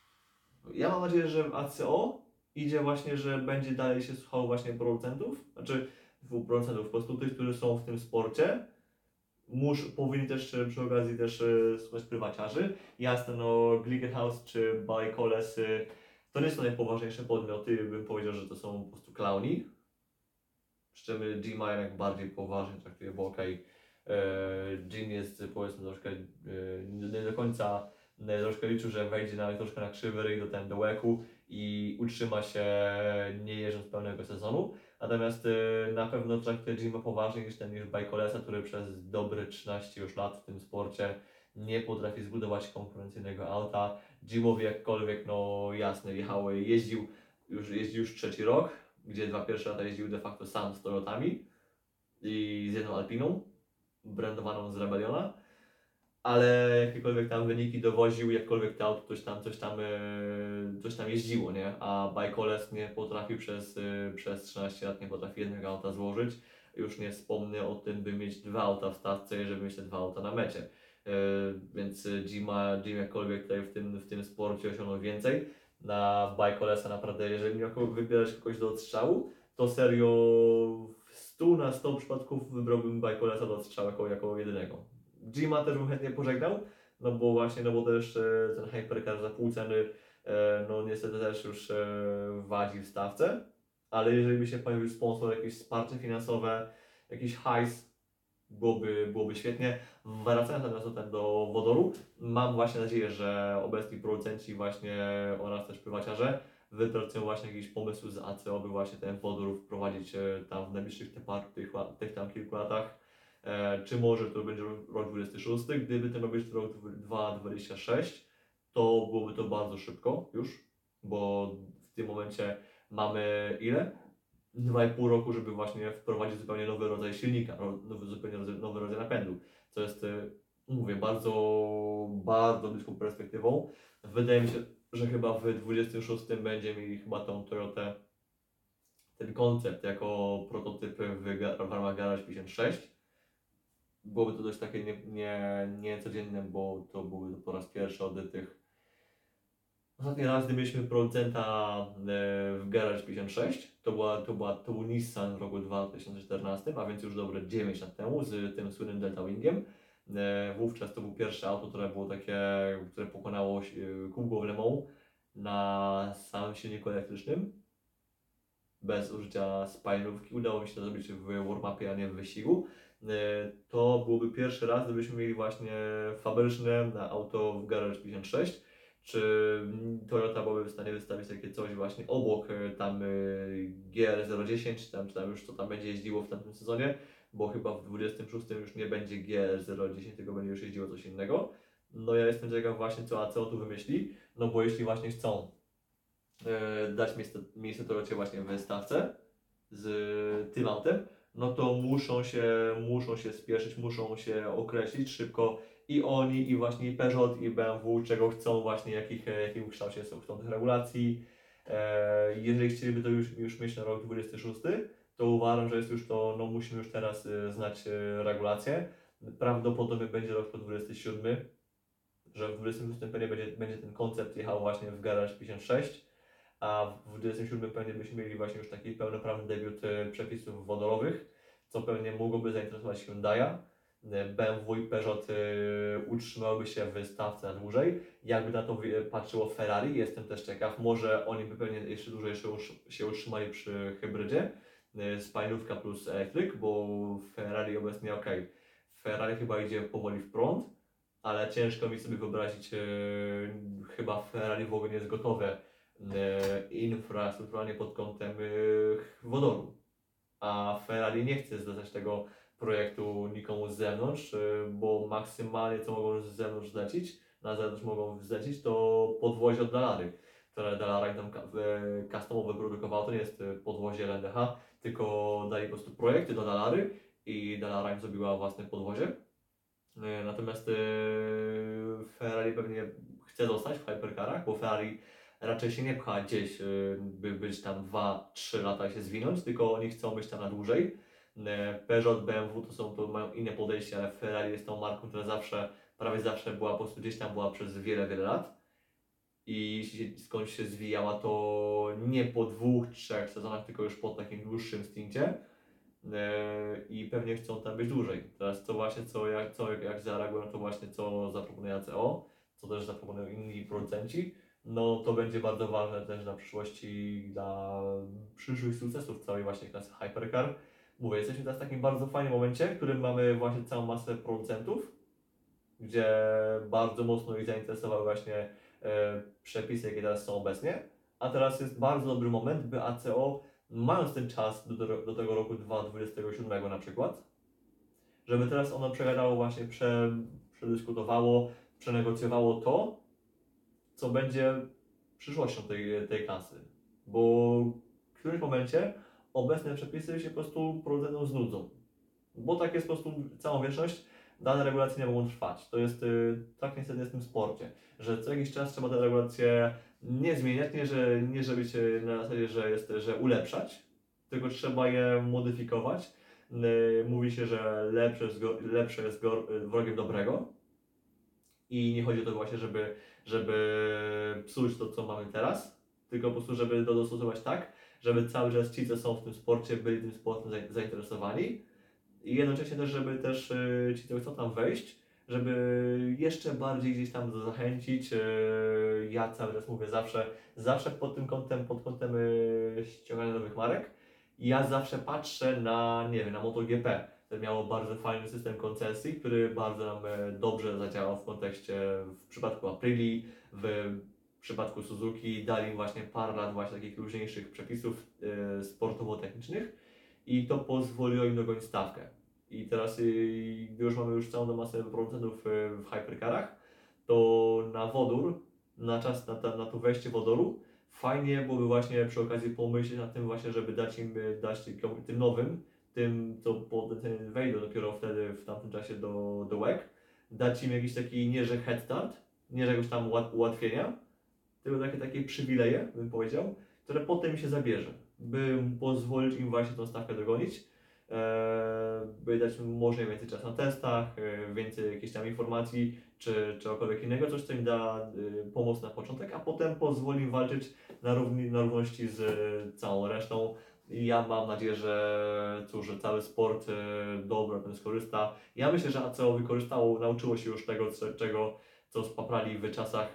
ja mam nadzieję, że A C O idzie właśnie, że będzie dalej się słuchało właśnie producentów, znaczy producentów, po prostu tych, którzy są w tym sporcie. Musz, powinni też e, przy okazji też e, słuchać prywaciarzy. Jasne, no Glickenhaus czy Bajkoles y, to nie są najpoważniejsze podmioty, bym powiedział, że to są po prostu klauni. Przy czym Jim ma jednak bardziej poważnie traktuje, bo okej, okay, Jim jest powiedzmy troszkę e, nie do końca e, troszkę liczył, że wejdzie na, troszkę na krzywy ryj do ten do łeku i utrzyma się nie jeżdżąc pełnego sezonu. Natomiast e, na pewno traktuje Jima poważniej niż ten niż Bajkolesa, który przez dobre trzynaście już lat w tym sporcie nie potrafi zbudować konkurencyjnego auta. Jimowi jakkolwiek, no jasne, jechał, jeździł już, jeździł już trzeci rok, gdzie dwa pierwsze lata jeździł de facto sam z Toyotami i z jedną Alpiną, brandowaną z Rebelliona, ale jakiekolwiek tam wyniki dowoził, jakkolwiek to auto coś tam, coś tam, yy, coś tam jeździło, nie? A Bajkoles nie potrafi przez, yy, przez trzynaście lat, nie potrafi jednego auta złożyć. Już nie wspomnę o tym, by mieć dwa auta w stawce, żeby mieć te dwa auta na mecie. Yy, więc Jim, Jim jakkolwiek tutaj w tym, w tym sporcie osiągnął więcej. Na Bajkolesa naprawdę, jeżeli miał wybierać kogoś do odstrzału, to serio w stu na sto przypadków wybrałbym Bajkolesa do odstrzału jako, jako jedynego. Jima też bym chętnie pożegnał, no bo właśnie, no bo też e, ten Hypercar za pół ceny, e, no niestety też już e, wadzi w stawce, ale jeżeli by się pojawił sponsor, jakieś wsparcie finansowe, jakiś hajs, byłoby, byłoby świetnie. Wracając natomiast do, do wodoru, mam właśnie nadzieję, że obecni producenci właśnie oraz też prywaciarze wypracują właśnie jakiś pomysł z A C O, by właśnie ten wodór wprowadzić e, tam w najbliższych tych, tych, tych tam kilku latach. E, czy może to będzie rok dwudziesty szósty, gdyby to miał być rok dwa tysiące dwudziesty szósty, to byłoby to bardzo szybko już, bo w tym momencie mamy ile? dwa i pół roku, żeby właśnie wprowadzić zupełnie nowy rodzaj silnika, nowy, zupełnie nowy rodzaj napędu, co jest, mówię, bardzo, bardzo bliską perspektywą. Wydaje mi się, że chyba w dwudziestym szóstym będzie mieli chyba tą Toyotę ten koncept jako prototyp w, ga- w ramach Garage pięćdziesiąt sześć. Byłoby to dość takie nie, nie, niecodzienne, bo to były po raz pierwszy od tych. Ostatni raz, gdy mieliśmy producenta e, w Garage pięćdziesiąt sześć, to, była, to, była, to był Nissan w roku dwa tysiące czternastym, a więc już dobre dziewięć lat temu z tym słynnym Delta Wingiem. E, wówczas to było pierwsze auto, które było takie, które pokonało e, kółko w Le Mans na samym silniku elektrycznym, bez użycia spalinówki. Udało mi się to zrobić w warm-upie, a nie w wyścigu. E, to byłoby pierwszy raz, gdybyśmy mieli właśnie fabryczne na auto w Garage pięćdziesiąt sześć. Czy Toyota byłaby w stanie wystawić takie coś właśnie obok e, tam y, G R zero dziesięć, czy tam, czy tam już co tam będzie jeździło w tamtym sezonie, bo chyba w dwudziestym szóstym już nie będzie G R zero dziesięć, tylko będzie już jeździło coś innego. No ja jestem ciekaw właśnie co A C O tu wymyśli, no bo jeśli właśnie chcą e, dać miejsce, miejsce Toyocie właśnie w stawce z tym autem, no to muszą się, muszą się spieszyć, muszą się określić szybko i oni, i właśnie i Peugeot, i B M W, czego chcą właśnie, jakich, jakim kształcie są, chcą tych regulacji. E, jeżeli chcieliby to już, już mieć na rok dwudziesty szósty, to uważam, że jest już to, no musimy już teraz e, znać e, regulacje. Prawdopodobnie będzie rok po dwudziesty siódmy, że w dwudziestym szóstym pewnie będzie, będzie ten koncept jechał właśnie w Garage pięćdziesiąt sześć, a w dwudziestym siódmym pewnie byśmy mieli właśnie już taki pełnoprawny debiut e, przepisów wodorowych, co pewnie mogłoby zainteresować Hyundai'a. E, B M W i Peugeot e, utrzymałyby się w stawce na dłużej. Jakby na to e, patrzyło Ferrari, jestem też ciekaw, może oni by pewnie jeszcze dłużej się, utrz- się utrzymali przy hybrydzie, e, spalinówka plus elektryk, bo Ferrari obecnie ok, Ferrari chyba idzie powoli w prąd, ale ciężko mi sobie wyobrazić, e, chyba Ferrari w ogóle nie jest gotowe e, infrastrukturalnie pod kątem e, wodoru, a Ferrari nie chce zlecać tego projektu nikomu z zewnątrz, e, bo maksymalnie co mogą z zewnątrz zlecić, na zewnątrz mogą zlecić to podwozie od Dalary, które Dalara im tam ka- e, customowo wyprodukowało. To nie jest e, podwozie L N D H, tylko dali po prostu projekty do Dalary i Dalara im zrobiła własne podwozie. E, Natomiast e, Ferrari pewnie chce zostać w hypercarach, bo Ferrari raczej się nie pcha gdzieś, e, by być tam dwa trzy lata i się zwinąć, tylko oni chcą być tam na dłużej. E, Peugeot, B M W to są, to mają inne podejście, ale Ferrari jest tą marką, która zawsze, prawie zawsze była po prostu gdzieś tam była przez wiele, wiele lat. I jeśli się- skądś się zwijała, to nie po dwóch, trzech sezonach, tylko już po takim dłuższym stincie. E, i pewnie chcą tam być dłużej. Teraz co właśnie, co jak, co jak, jak zareagują, to właśnie co zaproponuje A C O, co też zaproponują inni producenci, no to będzie bardzo ważne też dla przyszłości, dla przyszłych sukcesów całej właśnie klasy Hypercar. Mówię, jesteśmy teraz w takim bardzo fajnym momencie, w którym mamy właśnie całą masę producentów, gdzie bardzo mocno ich zainteresowały właśnie e, przepisy, jakie teraz są obecnie, a teraz jest bardzo dobry moment, by A C O, mając ten czas do, do, do tego roku dwa tysiące dwudziestego siódmego na przykład, żeby teraz ono przegadało właśnie, prze, przedyskutowało, przenegocjowało to, co będzie przyszłością tej, tej klasy. Bo w którymś momencie obecne przepisy się po prostu producentom znudzą. Bo tak jest po prostu całą wieczność, dane regulacje nie mogą trwać. To jest y, tak niestety jest w tym sporcie, że co jakiś czas trzeba te regulacje nie zmieniać, nie, że, nie żeby się na zasadzie, że jest, że ulepszać, tylko trzeba je modyfikować. Y, mówi się, że lepsze jest, go, lepsze jest go, wrogiem dobrego i nie chodzi o to właśnie, żeby, żeby psuć to, co mamy teraz, tylko po prostu, żeby to dostosować tak, żeby cały czas ci, co są w tym sporcie, byli tym sportem zainteresowani, i jednocześnie też, żeby też y, ci, którzy chcą tam wejść, żeby jeszcze bardziej gdzieś tam zachęcić. y, Ja cały czas mówię zawsze, zawsze pod tym kątem, pod kątem y, ściągania nowych marek, ja zawsze patrzę na, nie wiem, na MotoGP. To miało bardzo fajny system koncesji, który bardzo nam e, dobrze zadziałał w kontekście, w przypadku Aprilii, w przypadku Suzuki, dali im właśnie parę lat właśnie takich luźniejszych przepisów e, sportowo-technicznych i to pozwoliło im dogonić stawkę. I teraz, y, gdy już mamy już całą masę producentów y, w hypercarach, to na wodór, na czas, na, ta, na to wejście wodoru, fajnie byłoby właśnie przy okazji pomyśleć nad tym właśnie, żeby dać im, y, dać tym, tym nowym, tym co potencjalnie wejdą dopiero wtedy w tamtym czasie do, do łek, dać im jakiś taki nie że head start, nie że jakiegoś tam ułat- ułatwienia, tylko takie, takie przywileje, bym powiedział, które potem się zabierze. by pozwolić im właśnie tą stawkę dogonić, e, by dać im może więcej czasu na testach, e, więcej jakichś tam informacji, czy czegokolwiek innego, coś co im da e, pomoc na początek, a potem pozwoli im walczyć na, równi, na równości z całą resztą. I ja mam nadzieję, że cóż, że cały sport e, dobro ten skorzysta. Ja myślę, że A C O wykorzystało, nauczyło się już tego, co, czego, co spaprali w czasach,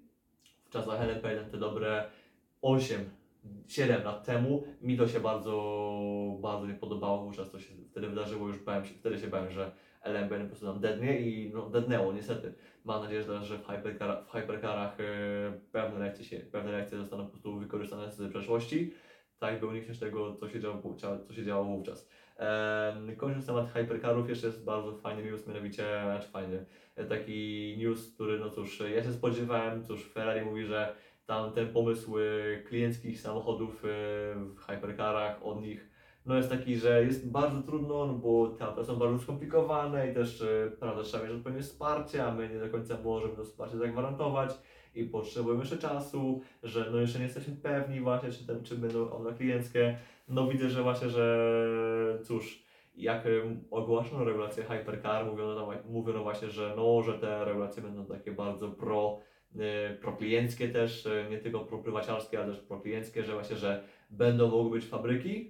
w czasach L M P jeden, te dobre osiem, siedem lat temu. Mi to się bardzo, bardzo nie podobało, wówczas to się wtedy wydarzyło, już bałem się, wtedy się bałem, że L M P jeden po prostu nam dednie i no dednęło niestety. Mam nadzieję, że, że w, hypercar, w hypercarach e, pewne reakcje, się, pewne reakcje zostaną po prostu wykorzystane z przeszłości, tak by uniknąć tego, co się działo, co się działo wówczas. Eee, kończąc temat hypercarów, jeszcze jest bardzo fajny news, mianowicie, znaczy fajny, taki news, który no cóż, ja się spodziewałem, cóż, Ferrari mówi, że tam ten pomysł y, klienckich samochodów y, w hypercarach od nich no jest taki, że jest bardzo trudno, no bo te auta są bardzo skomplikowane i też y, prawda, trzeba mieć odpowiednie wsparcie, a my nie do końca możemy to wsparcie zagwarantować i potrzebujemy jeszcze czasu, że no jeszcze nie jesteśmy pewni właśnie, czy, ten, czy będą one klienckie. No widzę, że właśnie, że cóż, jak y, ogłoszono regulację hypercar, mówiono, tam, mówiono właśnie, że no, że te regulacje będą takie bardzo pro y, proklienckie też, y, nie tylko proprywaciarskie, ale też proklienckie, że właśnie, że będą mogły być fabryki,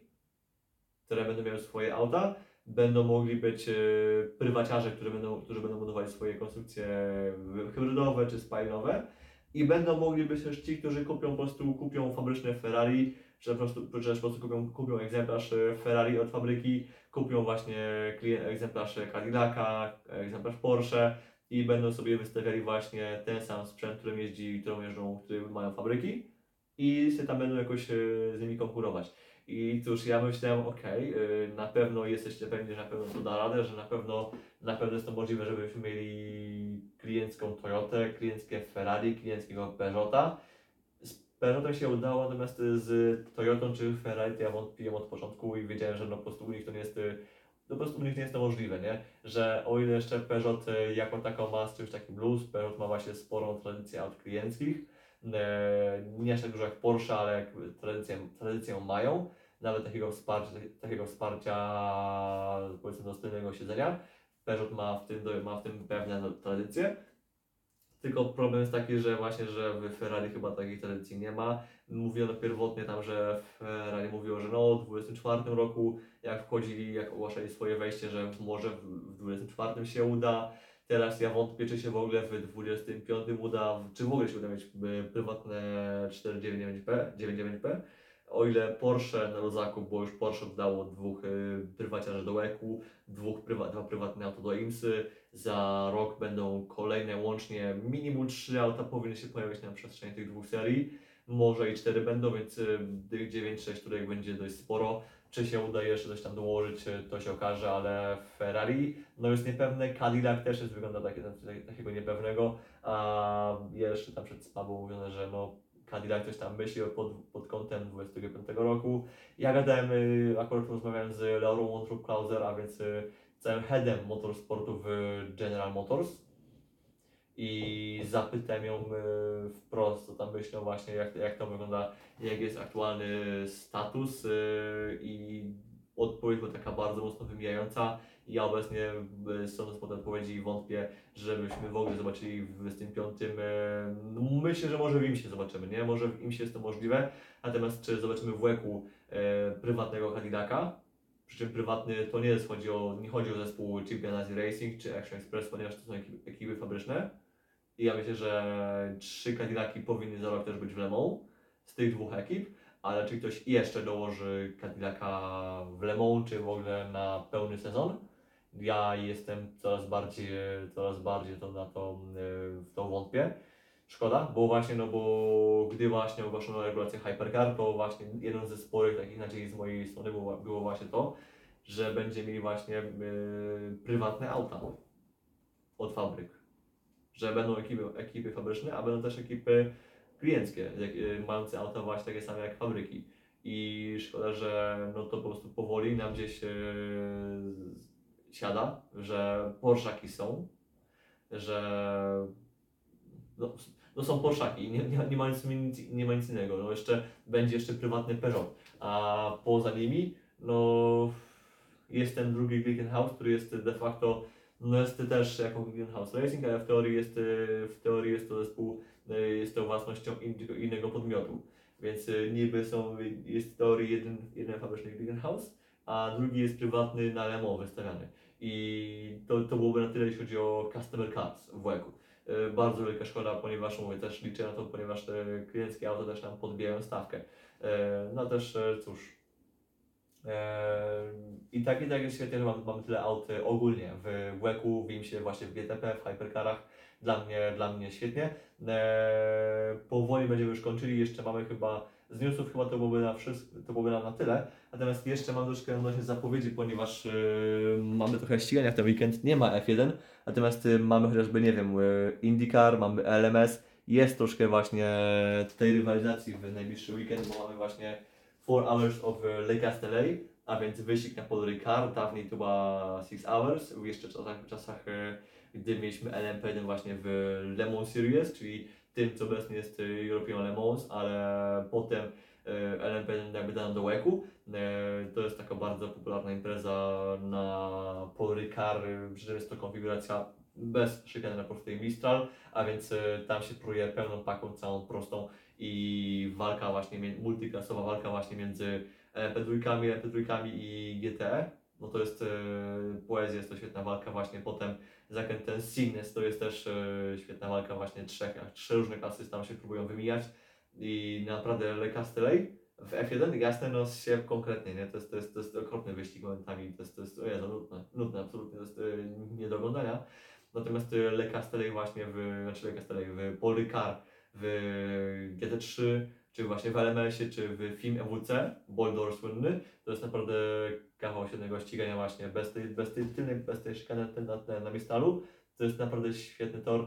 które będą miały swoje auta, będą mogli być y, prywaciarze, którzy będą, którzy będą budowali swoje konstrukcje hybrydowe czy spalinowe i będą mogli być też ci, którzy kupią po prostu kupią fabryczne Ferrari, czy po prostu, czy też po prostu kupią, kupią egzemplarz Ferrari od fabryki, kupią właśnie klient, egzemplarz Cadillaca, egzemplarz Porsche i będą sobie wystawiali właśnie ten sam sprzęt, którym jeździ, którą jeżdżą, który mają fabryki i się tam będą jakoś e, z nimi konkurować. I cóż, ja myślałem, okej, okay, na pewno jesteście pewni, że na pewno to da radę, że na pewno, na pewno jest to możliwe, żebyśmy mieli kliencką Toyotę, klienckie Ferrari, klienckiego Peugeota. Z Peugeotem się udało, natomiast z Toyotą czy Ferrari to ja wątpiłem od początku i wiedziałem, że no po prostu u nich to nie jest, no po prostu u nich nie jest to możliwe, nie? Że o ile jeszcze Peugeot jako taką ma z czymś takim luz, Peugeot ma właśnie sporą tradycję aut klienckich, e, nie aż tak dużo jak Porsche, ale jakby tradycję, tradycję mają, nawet takiego wsparcia, takiego wsparcia powiedzmy do tylnego siedzenia. Peugeot ma w tym, ma w tym pewne tradycje. Tylko problem jest taki, że właśnie, że w Ferrari chyba takiej tradycji nie ma. Mówiono pierwotnie tam, że Ferrari mówiło, że no w dwudziestym czwartym roku, jak wchodzili, jak ogłaszali swoje wejście, że może w dwudziestym czwartym się uda. Teraz ja wątpię, czy się w ogóle w dwudziestym piątym uda, czy w ogóle się uda mieć prywatne cztery dziewięć dziewięć P. O ile Porsche na luzaku, bo już Porsche oddało dwóch y, prywaciarzy do łeku, dwóch prywa, dwa prywatne auto do IMSY. Za rok będą kolejne łącznie minimum trzy auta powinny się pojawić na przestrzeni tych dwóch serii. Może i cztery będą, więc y, tych dziewięć sześć, których będzie dość sporo. Czy się uda jeszcze coś tam dołożyć, y, to się okaże, ale Ferrari no jest niepewne, Cadillac też jest, wygląda takie, takiego niepewnego, a jeszcze tam przed spabą mówione, że no Cadillac coś tam myśli pod, pod kątem dwudziestego piątego roku. Ja gadałem, y, akurat rozmawiałem z Laurą Wątrup-Klauser, a więc y, całym headem motorsportu w General Motors i zapytałem ją y, wprost, co tam myślą właśnie, jak, jak to wygląda, jak jest aktualny status y, i odpowiedź była taka bardzo mocno wymijająca. Ja obecnie y, sądząc po tej odpowiedzi wątpię, żebyśmy w ogóle zobaczyli w dwudziestym piątym. Y, myślę, że może w IMSie zobaczymy, nie? Może w IMSie jest to możliwe, natomiast czy zobaczymy w łeku y, prywatnego Cadillaca? Przy czym prywatny to nie jest, chodzi o, nie chodzi o zespół Chip Ganassi Racing czy Action Express, ponieważ to są ekipy, ekipy fabryczne. I ja myślę, że trzy Cadillaki powinny za rok też być w Le Mans z tych dwóch ekip, ale czy ktoś jeszcze dołoży Cadillaca w Le Mans, czy w ogóle na pełny sezon? Ja jestem coraz bardziej, coraz bardziej to na to, w to wątpię. Szkoda, bo właśnie, no bo gdy właśnie ogłoszono regulację Hypercar, to właśnie jeden ze sporych takich nadziei z mojej strony było, było właśnie to, że będziemy mieli właśnie yy, prywatne auta od fabryk. Że będą ekipy, ekipy fabryczne, a będą też ekipy klienckie, jak, yy, mające auta właśnie takie same jak fabryki. I szkoda, że no to po prostu powoli nam gdzieś yy, siada, że Porszaki są, że no, no są Porszaki, nie, nie, nie, ma nic, nie ma nic innego, no jeszcze będzie jeszcze prywatny Peugeot, a poza nimi no jest ten drugi Glickenhaus, który jest de facto, no jest też jako Glickenhaus Racing, ale w teorii jest, w teorii jest to zespół, jest to własnością in, innego podmiotu. Więc niby są, jest w teorii jeden, jeden fabryczny Glickenhaus, a drugi jest prywatny na Le Mans wystawiany. I to, to byłoby na tyle, jeśli chodzi o Customer Cars w WEC-u. Bardzo wielka szkoda, ponieważ mówię, też liczę na to, ponieważ te klienckie auto też nam podbijają stawkę. No też cóż, i tak i tak jest świetnie, że mamy, mamy tyle aut ogólnie w WEC-u, w IMSie, właśnie w G T P, w Hypercarach. Dla mnie, dla mnie świetnie. Eee, powoli będziemy już kończyli, jeszcze mamy chyba, z newsów chyba to byłoby na wszystko, to byłoby nam na tyle. Natomiast jeszcze mam troszkę odnośnie zapowiedzi, ponieważ yy, mamy trochę ścigania w ten weekend, nie ma F jeden, natomiast yy, mamy chociażby, nie wiem, yy, IndyCar, mamy L M S, jest troszkę właśnie tej rywalizacji w najbliższy weekend, bo mamy właśnie four hours of Lake Castellet, a więc wyścig na Paul Ricard, dawniej to była six hours, w jeszcze czasach, czasach gdy mieliśmy L M P jeden właśnie w Le Mans Series, czyli tym, co obecnie jest European Le Mans, ale potem L M P jeden jakby dano do WEC-u. To jest taka bardzo popularna impreza na Paul Ricard, przy czym jest to konfiguracja bez szykany na prostej Mistral, a więc tam się próbuje pełną paką, całą prostą i walka właśnie, multiklasowa walka właśnie między P dwa, P trzy i G T E. No to jest e, poezja, jest to świetna walka właśnie. Potem zakręt ten Signes to jest też e, świetna walka właśnie trzech, jak trzy różne klasy tam się próbują wymijać i naprawdę Le Castellet w F jeden jasne no się konkretnie, nie? To jest, to jest, to jest okropny wyścig momentami, to jest, to jest o Jezu, nudne, nudne absolutnie, to jest e, nie do oglądania. Natomiast e, Le Castellet właśnie w, znaczy Le Castellet w Paul Ricard, w G T trzy, czy właśnie w L M S-ie, czy w F I M M W C, Boldor słynny, to jest naprawdę kawał świetnego ścigania właśnie, bez tej, bez tej tylnej, bez tej szykany na, na, na Mistalu. To jest naprawdę świetny tor.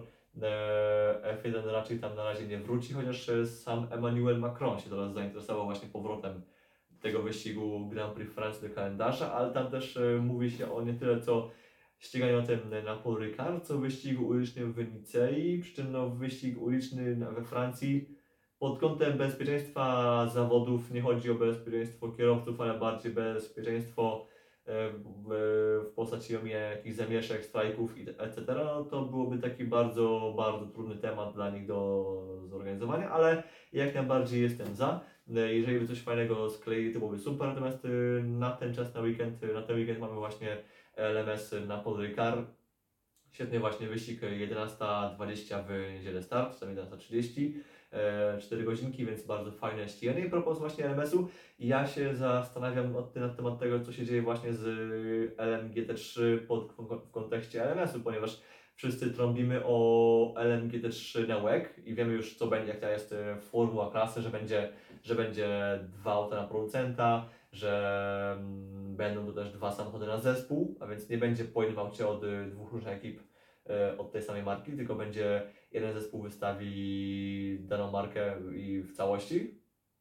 F jeden raczej tam na razie nie wróci, chociaż sam Emmanuel Macron się teraz zainteresował właśnie powrotem tego wyścigu Grand Prix Francji do kalendarza, ale tam też mówi się o nie tyle co ściganiu na tym na Paul Ricard, co wyścigu ulicznym w Nicei, przy czym no, wyścig uliczny we Francji pod kątem bezpieczeństwa zawodów nie chodzi o bezpieczeństwo kierowców, ale bardziej bezpieczeństwo w, w postaci omijania jakichś zamieszek, strajków et cetera. No, to byłoby taki bardzo, bardzo trudny temat dla nich do zorganizowania, ale jak najbardziej jestem za. Jeżeli by coś fajnego skleili, to byłoby super, natomiast na ten czas, na weekend, na ten weekend mamy właśnie L M S na Paul Ricard. Świetny właśnie wyścig, jedenasta dwadzieścia w niedzielę start, tam jedenasta trzydzieści, cztery godzinki, więc bardzo fajne ściganie. I propos właśnie L M S-u, ja się zastanawiam na temat tego, co się dzieje właśnie z L M G T trzy pod, w kontekście L M S-u, ponieważ wszyscy trąbimy o L M G T trzy na WEC i wiemy już, co będzie, jaka jest formuła klasy, że będzie, że będzie dwa auta na producenta, że będą to też dwa samochody na zespół, a więc nie będzie po jednym aucie od dwóch różnych ekip od tej samej marki, tylko będzie jeden zespół wystawi daną markę i w całości.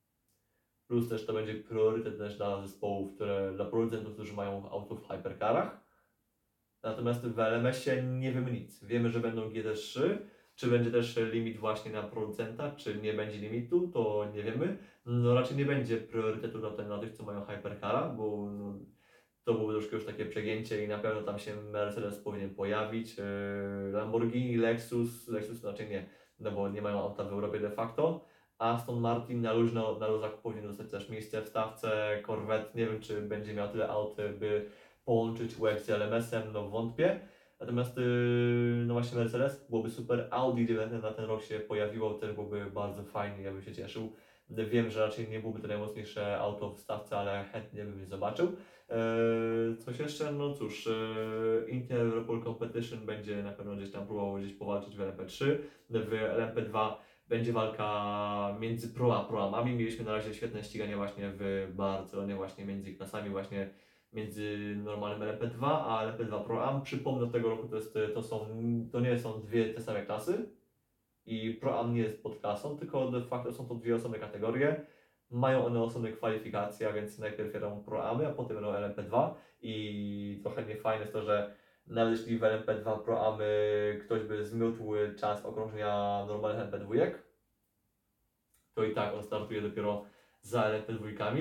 Plus też to będzie priorytet też dla zespołów, które, dla producentów, którzy mają auto w hypercarach. Natomiast w L M S-ie nie wiemy nic. Wiemy, że będą G T trzy, czy będzie też limit właśnie na producenta, czy nie będzie limitu, to nie wiemy. No raczej nie będzie priorytetu dla, dla tych, co mają hypercara, bo no, to byłoby troszkę już takie przegięcie i na pewno tam się Mercedes powinien pojawić. Yy, Lamborghini, Lexus, Lexus raczej nie, no bo nie mają auta w Europie de facto. Aston Martin na luźno, na luzach powinien dostać też miejsce w stawce. Corvette, nie wiem czy będzie miał tyle aut, by połączyć U X z L M S-em, no wątpię. Natomiast yy, no właśnie Mercedes byłoby super. Audi, gdyby na ten rok się pojawiło, też byłoby bardzo fajnie, ja bym się cieszył. Wiem, że raczej nie byłoby to najmocniejsze auto w stawce, ale chętnie bym je zobaczył. Eee, coś jeszcze? No cóż, eee, Inter Europol Competition będzie na pewno gdzieś tam próbował gdzieś powalczyć w L M P trzy. W L M P dwa będzie walka między pro a proamami. Mieliśmy na razie świetne ściganie właśnie w Barcelonie, właśnie między klasami, właśnie między normalnym L M P dwa a L M P dwa Pro Am. Przypomnę, tego roku to, jest, to, są, to nie są dwie te same klasy i Pro Am nie jest podklasą, tylko de facto są to dwie osobne kategorie. Mają one osobne kwalifikacje, a więc najpierw jadą Pro Amy, a potem jadą L M P dwa i trochę niefajne jest to, że nawet jeśli w L M P dwa Pro Amy ktoś by zmiótł czas okrążenia normalnych L M P dwa, to i tak on startuje dopiero za L M P dwa.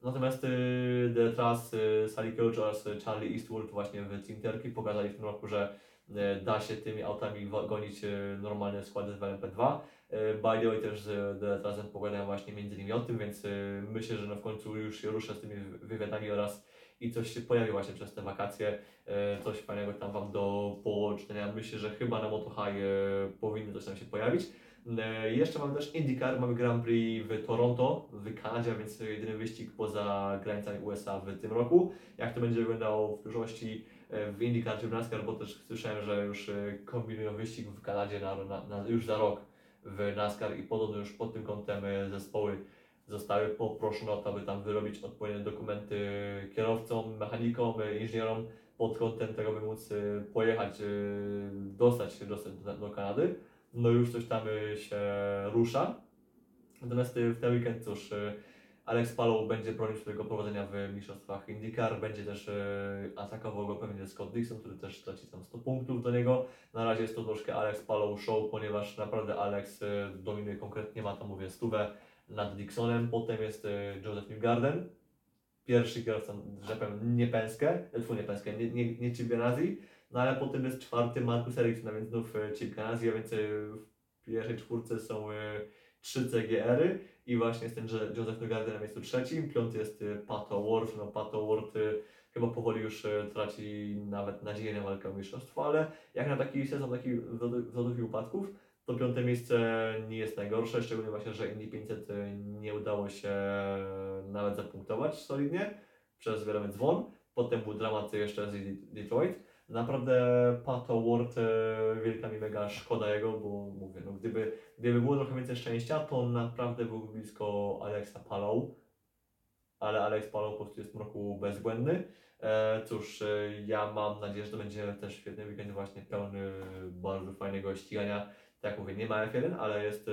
Natomiast y, The Trust, y, Sally Coach oraz Charlie Eastwood właśnie w Team Turkey pokazali w tym roku, że y, da się tymi autami wa- gonić y, normalne składy w L M P dwa. Y, by the way też z The Trustem pogadają właśnie między innymi o tym, więc y, myślę, że no w końcu już się ruszę z tymi wy- wywiadami oraz i coś się pojawi właśnie przez te wakacje, y, coś fajnego tam Wam do poczytania. Myślę, że chyba na Moto High y, powinno coś tam się pojawić. E, Jeszcze mamy też IndyCar, mamy Grand Prix w Toronto, w Kanadzie, więc jedyny wyścig poza granicami U S A w tym roku. Jak to będzie wyglądało w przyszłości e, w IndyCar czy w NASCAR, bo też słyszałem, że już e, kombinują wyścig w Kanadzie na, na, na, już za rok w NASCAR i podobno już pod tym kątem e, zespoły zostały poproszone o to, aby tam wyrobić odpowiednie dokumenty kierowcom, mechanikom, e, inżynierom pod kątem tego, by móc e, pojechać, e, dostać się dostać do, do Kanady. No już coś tam y, się rusza. Natomiast y, w ten weekend cóż, y, Alex Palou będzie bronił swojego prowadzenia w mistrzostwach IndyCar, będzie też y, atakował go pewnie Scott Dixon, który też traci tam sto punktów do niego. Na razie jest to troszkę Alex Palou show, ponieważ naprawdę Alex y, dominuje konkretnie, ma tam mówię stówę nad Dixonem. Potem jest y, Joseph Newgarden, pierwszy kierowca, że powiem, nie Penske, tfu, nie Penske, nie, nie, nie Chip Ganassi, no ale potem jest czwarty Marcus Ericsson, a więc znów e, Chip Ganassi, a więc e, w pierwszej czwórce są e, trzy C G R-y i właśnie jest ten że Joseph Newgarden na miejscu trzecim, piąty jest e, Pato Ward, no Pato Ward e, chyba powoli już e, traci nawet nadzieję na walkę o mistrzostwo, ale jak na taki sezon takich wzlotów i upadków, to piąte miejsce nie jest najgorsze, szczególnie właśnie, że Indy pięćset nie udało się nawet zapunktować solidnie przez wiele dzwon. Potem był dramat jeszcze z Detroit. Naprawdę Pato Ward, wielka mi mega szkoda jego, bo mówię, no gdyby, gdyby było trochę więcej szczęścia, to naprawdę był blisko Alexa Palou, ale Alex Palou po prostu jest w tym roku bezbłędny. E, cóż, e, ja mam nadzieję, że to będzie też świetny weekend właśnie pełny bardzo fajnego ścigania. Tak jak mówię, nie ma F jeden, ale jest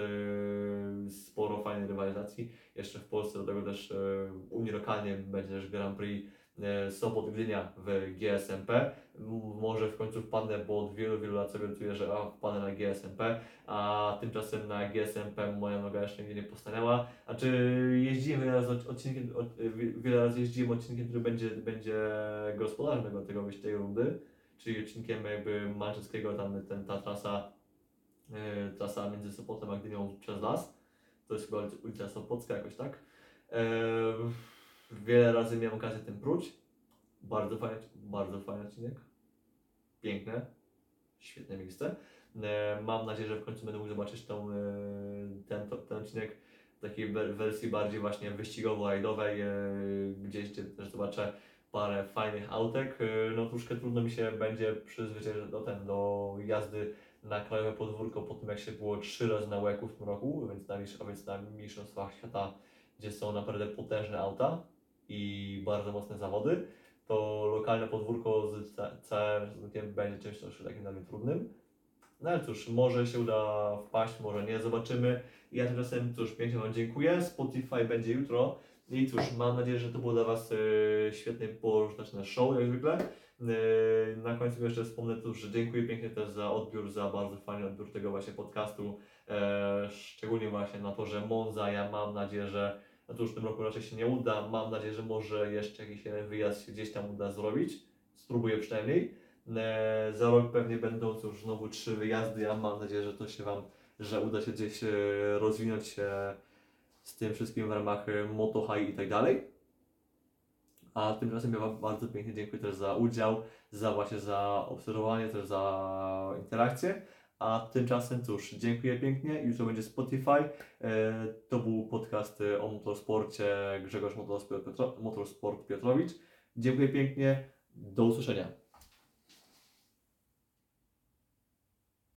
e, sporo fajnej rywalizacji. Jeszcze w Polsce do tego też e, u mnie lokalnie będzie też Grand Prix e, Sopot Gdynia w G S M P. M- Może w końcu wpadnę, bo od wielu, wielu lat sobie obiecuję, że a, wpadnę na G S M P, a tymczasem na G S M P moja noga jeszcze nigdzie nie postanęła. Znaczy jeździłem wiele razy odcinkiem, od, wiele razy jeździłem odcinkiem, który będzie, będzie gospodarzem tego, tego wyjścia tej rundy, czyli odcinkiem jakby mancheskiego, tam ten, ta trasa, yy, trasa między Sopotem a Gdynią przez las. To jest chyba ulica Sopocka jakoś tak. Yy, wiele razy miałem okazję tym próć. Bardzo fajny, bardzo fajny odcinek. Piękne, świetne miejsce. E, Mam nadzieję, że w końcu będę mógł zobaczyć tą, e, ten, to- ten odcinek w takiej we- wersji bardziej właśnie wyścigowo-rajdowej, e, gdzieś gdzie też zobaczę parę fajnych autek. E, No troszkę trudno mi się będzie przyzwyczaić do, ten, do jazdy na krajowe podwórko po tym jak się było trzy razy na łeku w tym roku, więc na, mistrz- a więc na mistrzostwach świata, gdzie są naprawdę potężne auta i bardzo mocne zawody, to lokalne podwórko z ca- całym szacunkiem będzie czymś troszkę takim dla mnie trudnym. No ale cóż, może się uda wpaść, może nie, zobaczymy. Ja tymczasem, cóż, pięknie Wam dziękuję. Spotify będzie jutro. I cóż, mam nadzieję, że to było dla Was e, świetne, pożyteczne show, jak zwykle. E, na końcu jeszcze wspomnę cóż, że dziękuję pięknie też za odbiór, za bardzo fajny odbiór tego właśnie podcastu. E, szczególnie właśnie na to, że Monza, ja mam nadzieję, że no to już w tym roku raczej się nie uda. Mam nadzieję, że może jeszcze jakiś jeden wyjazd się gdzieś tam uda zrobić. Spróbuję przynajmniej. E, Za rok pewnie będą cóż znowu trzy wyjazdy. Ja mam nadzieję, że to się Wam, że uda się gdzieś e, rozwinąć się z tym wszystkim w ramach e, Moto High i tak dalej. A tymczasem ja Wam bardzo pięknie dziękuję też za udział, za właśnie za obserwowanie, też za interakcję. A tymczasem cóż, dziękuję pięknie. Jutro będzie Spotify. E, To był podcast e, o motorsporcie Grzegorz Motorsport, Piotro, Motorsport Piotrowicz. Dziękuję pięknie. Do usłyszenia.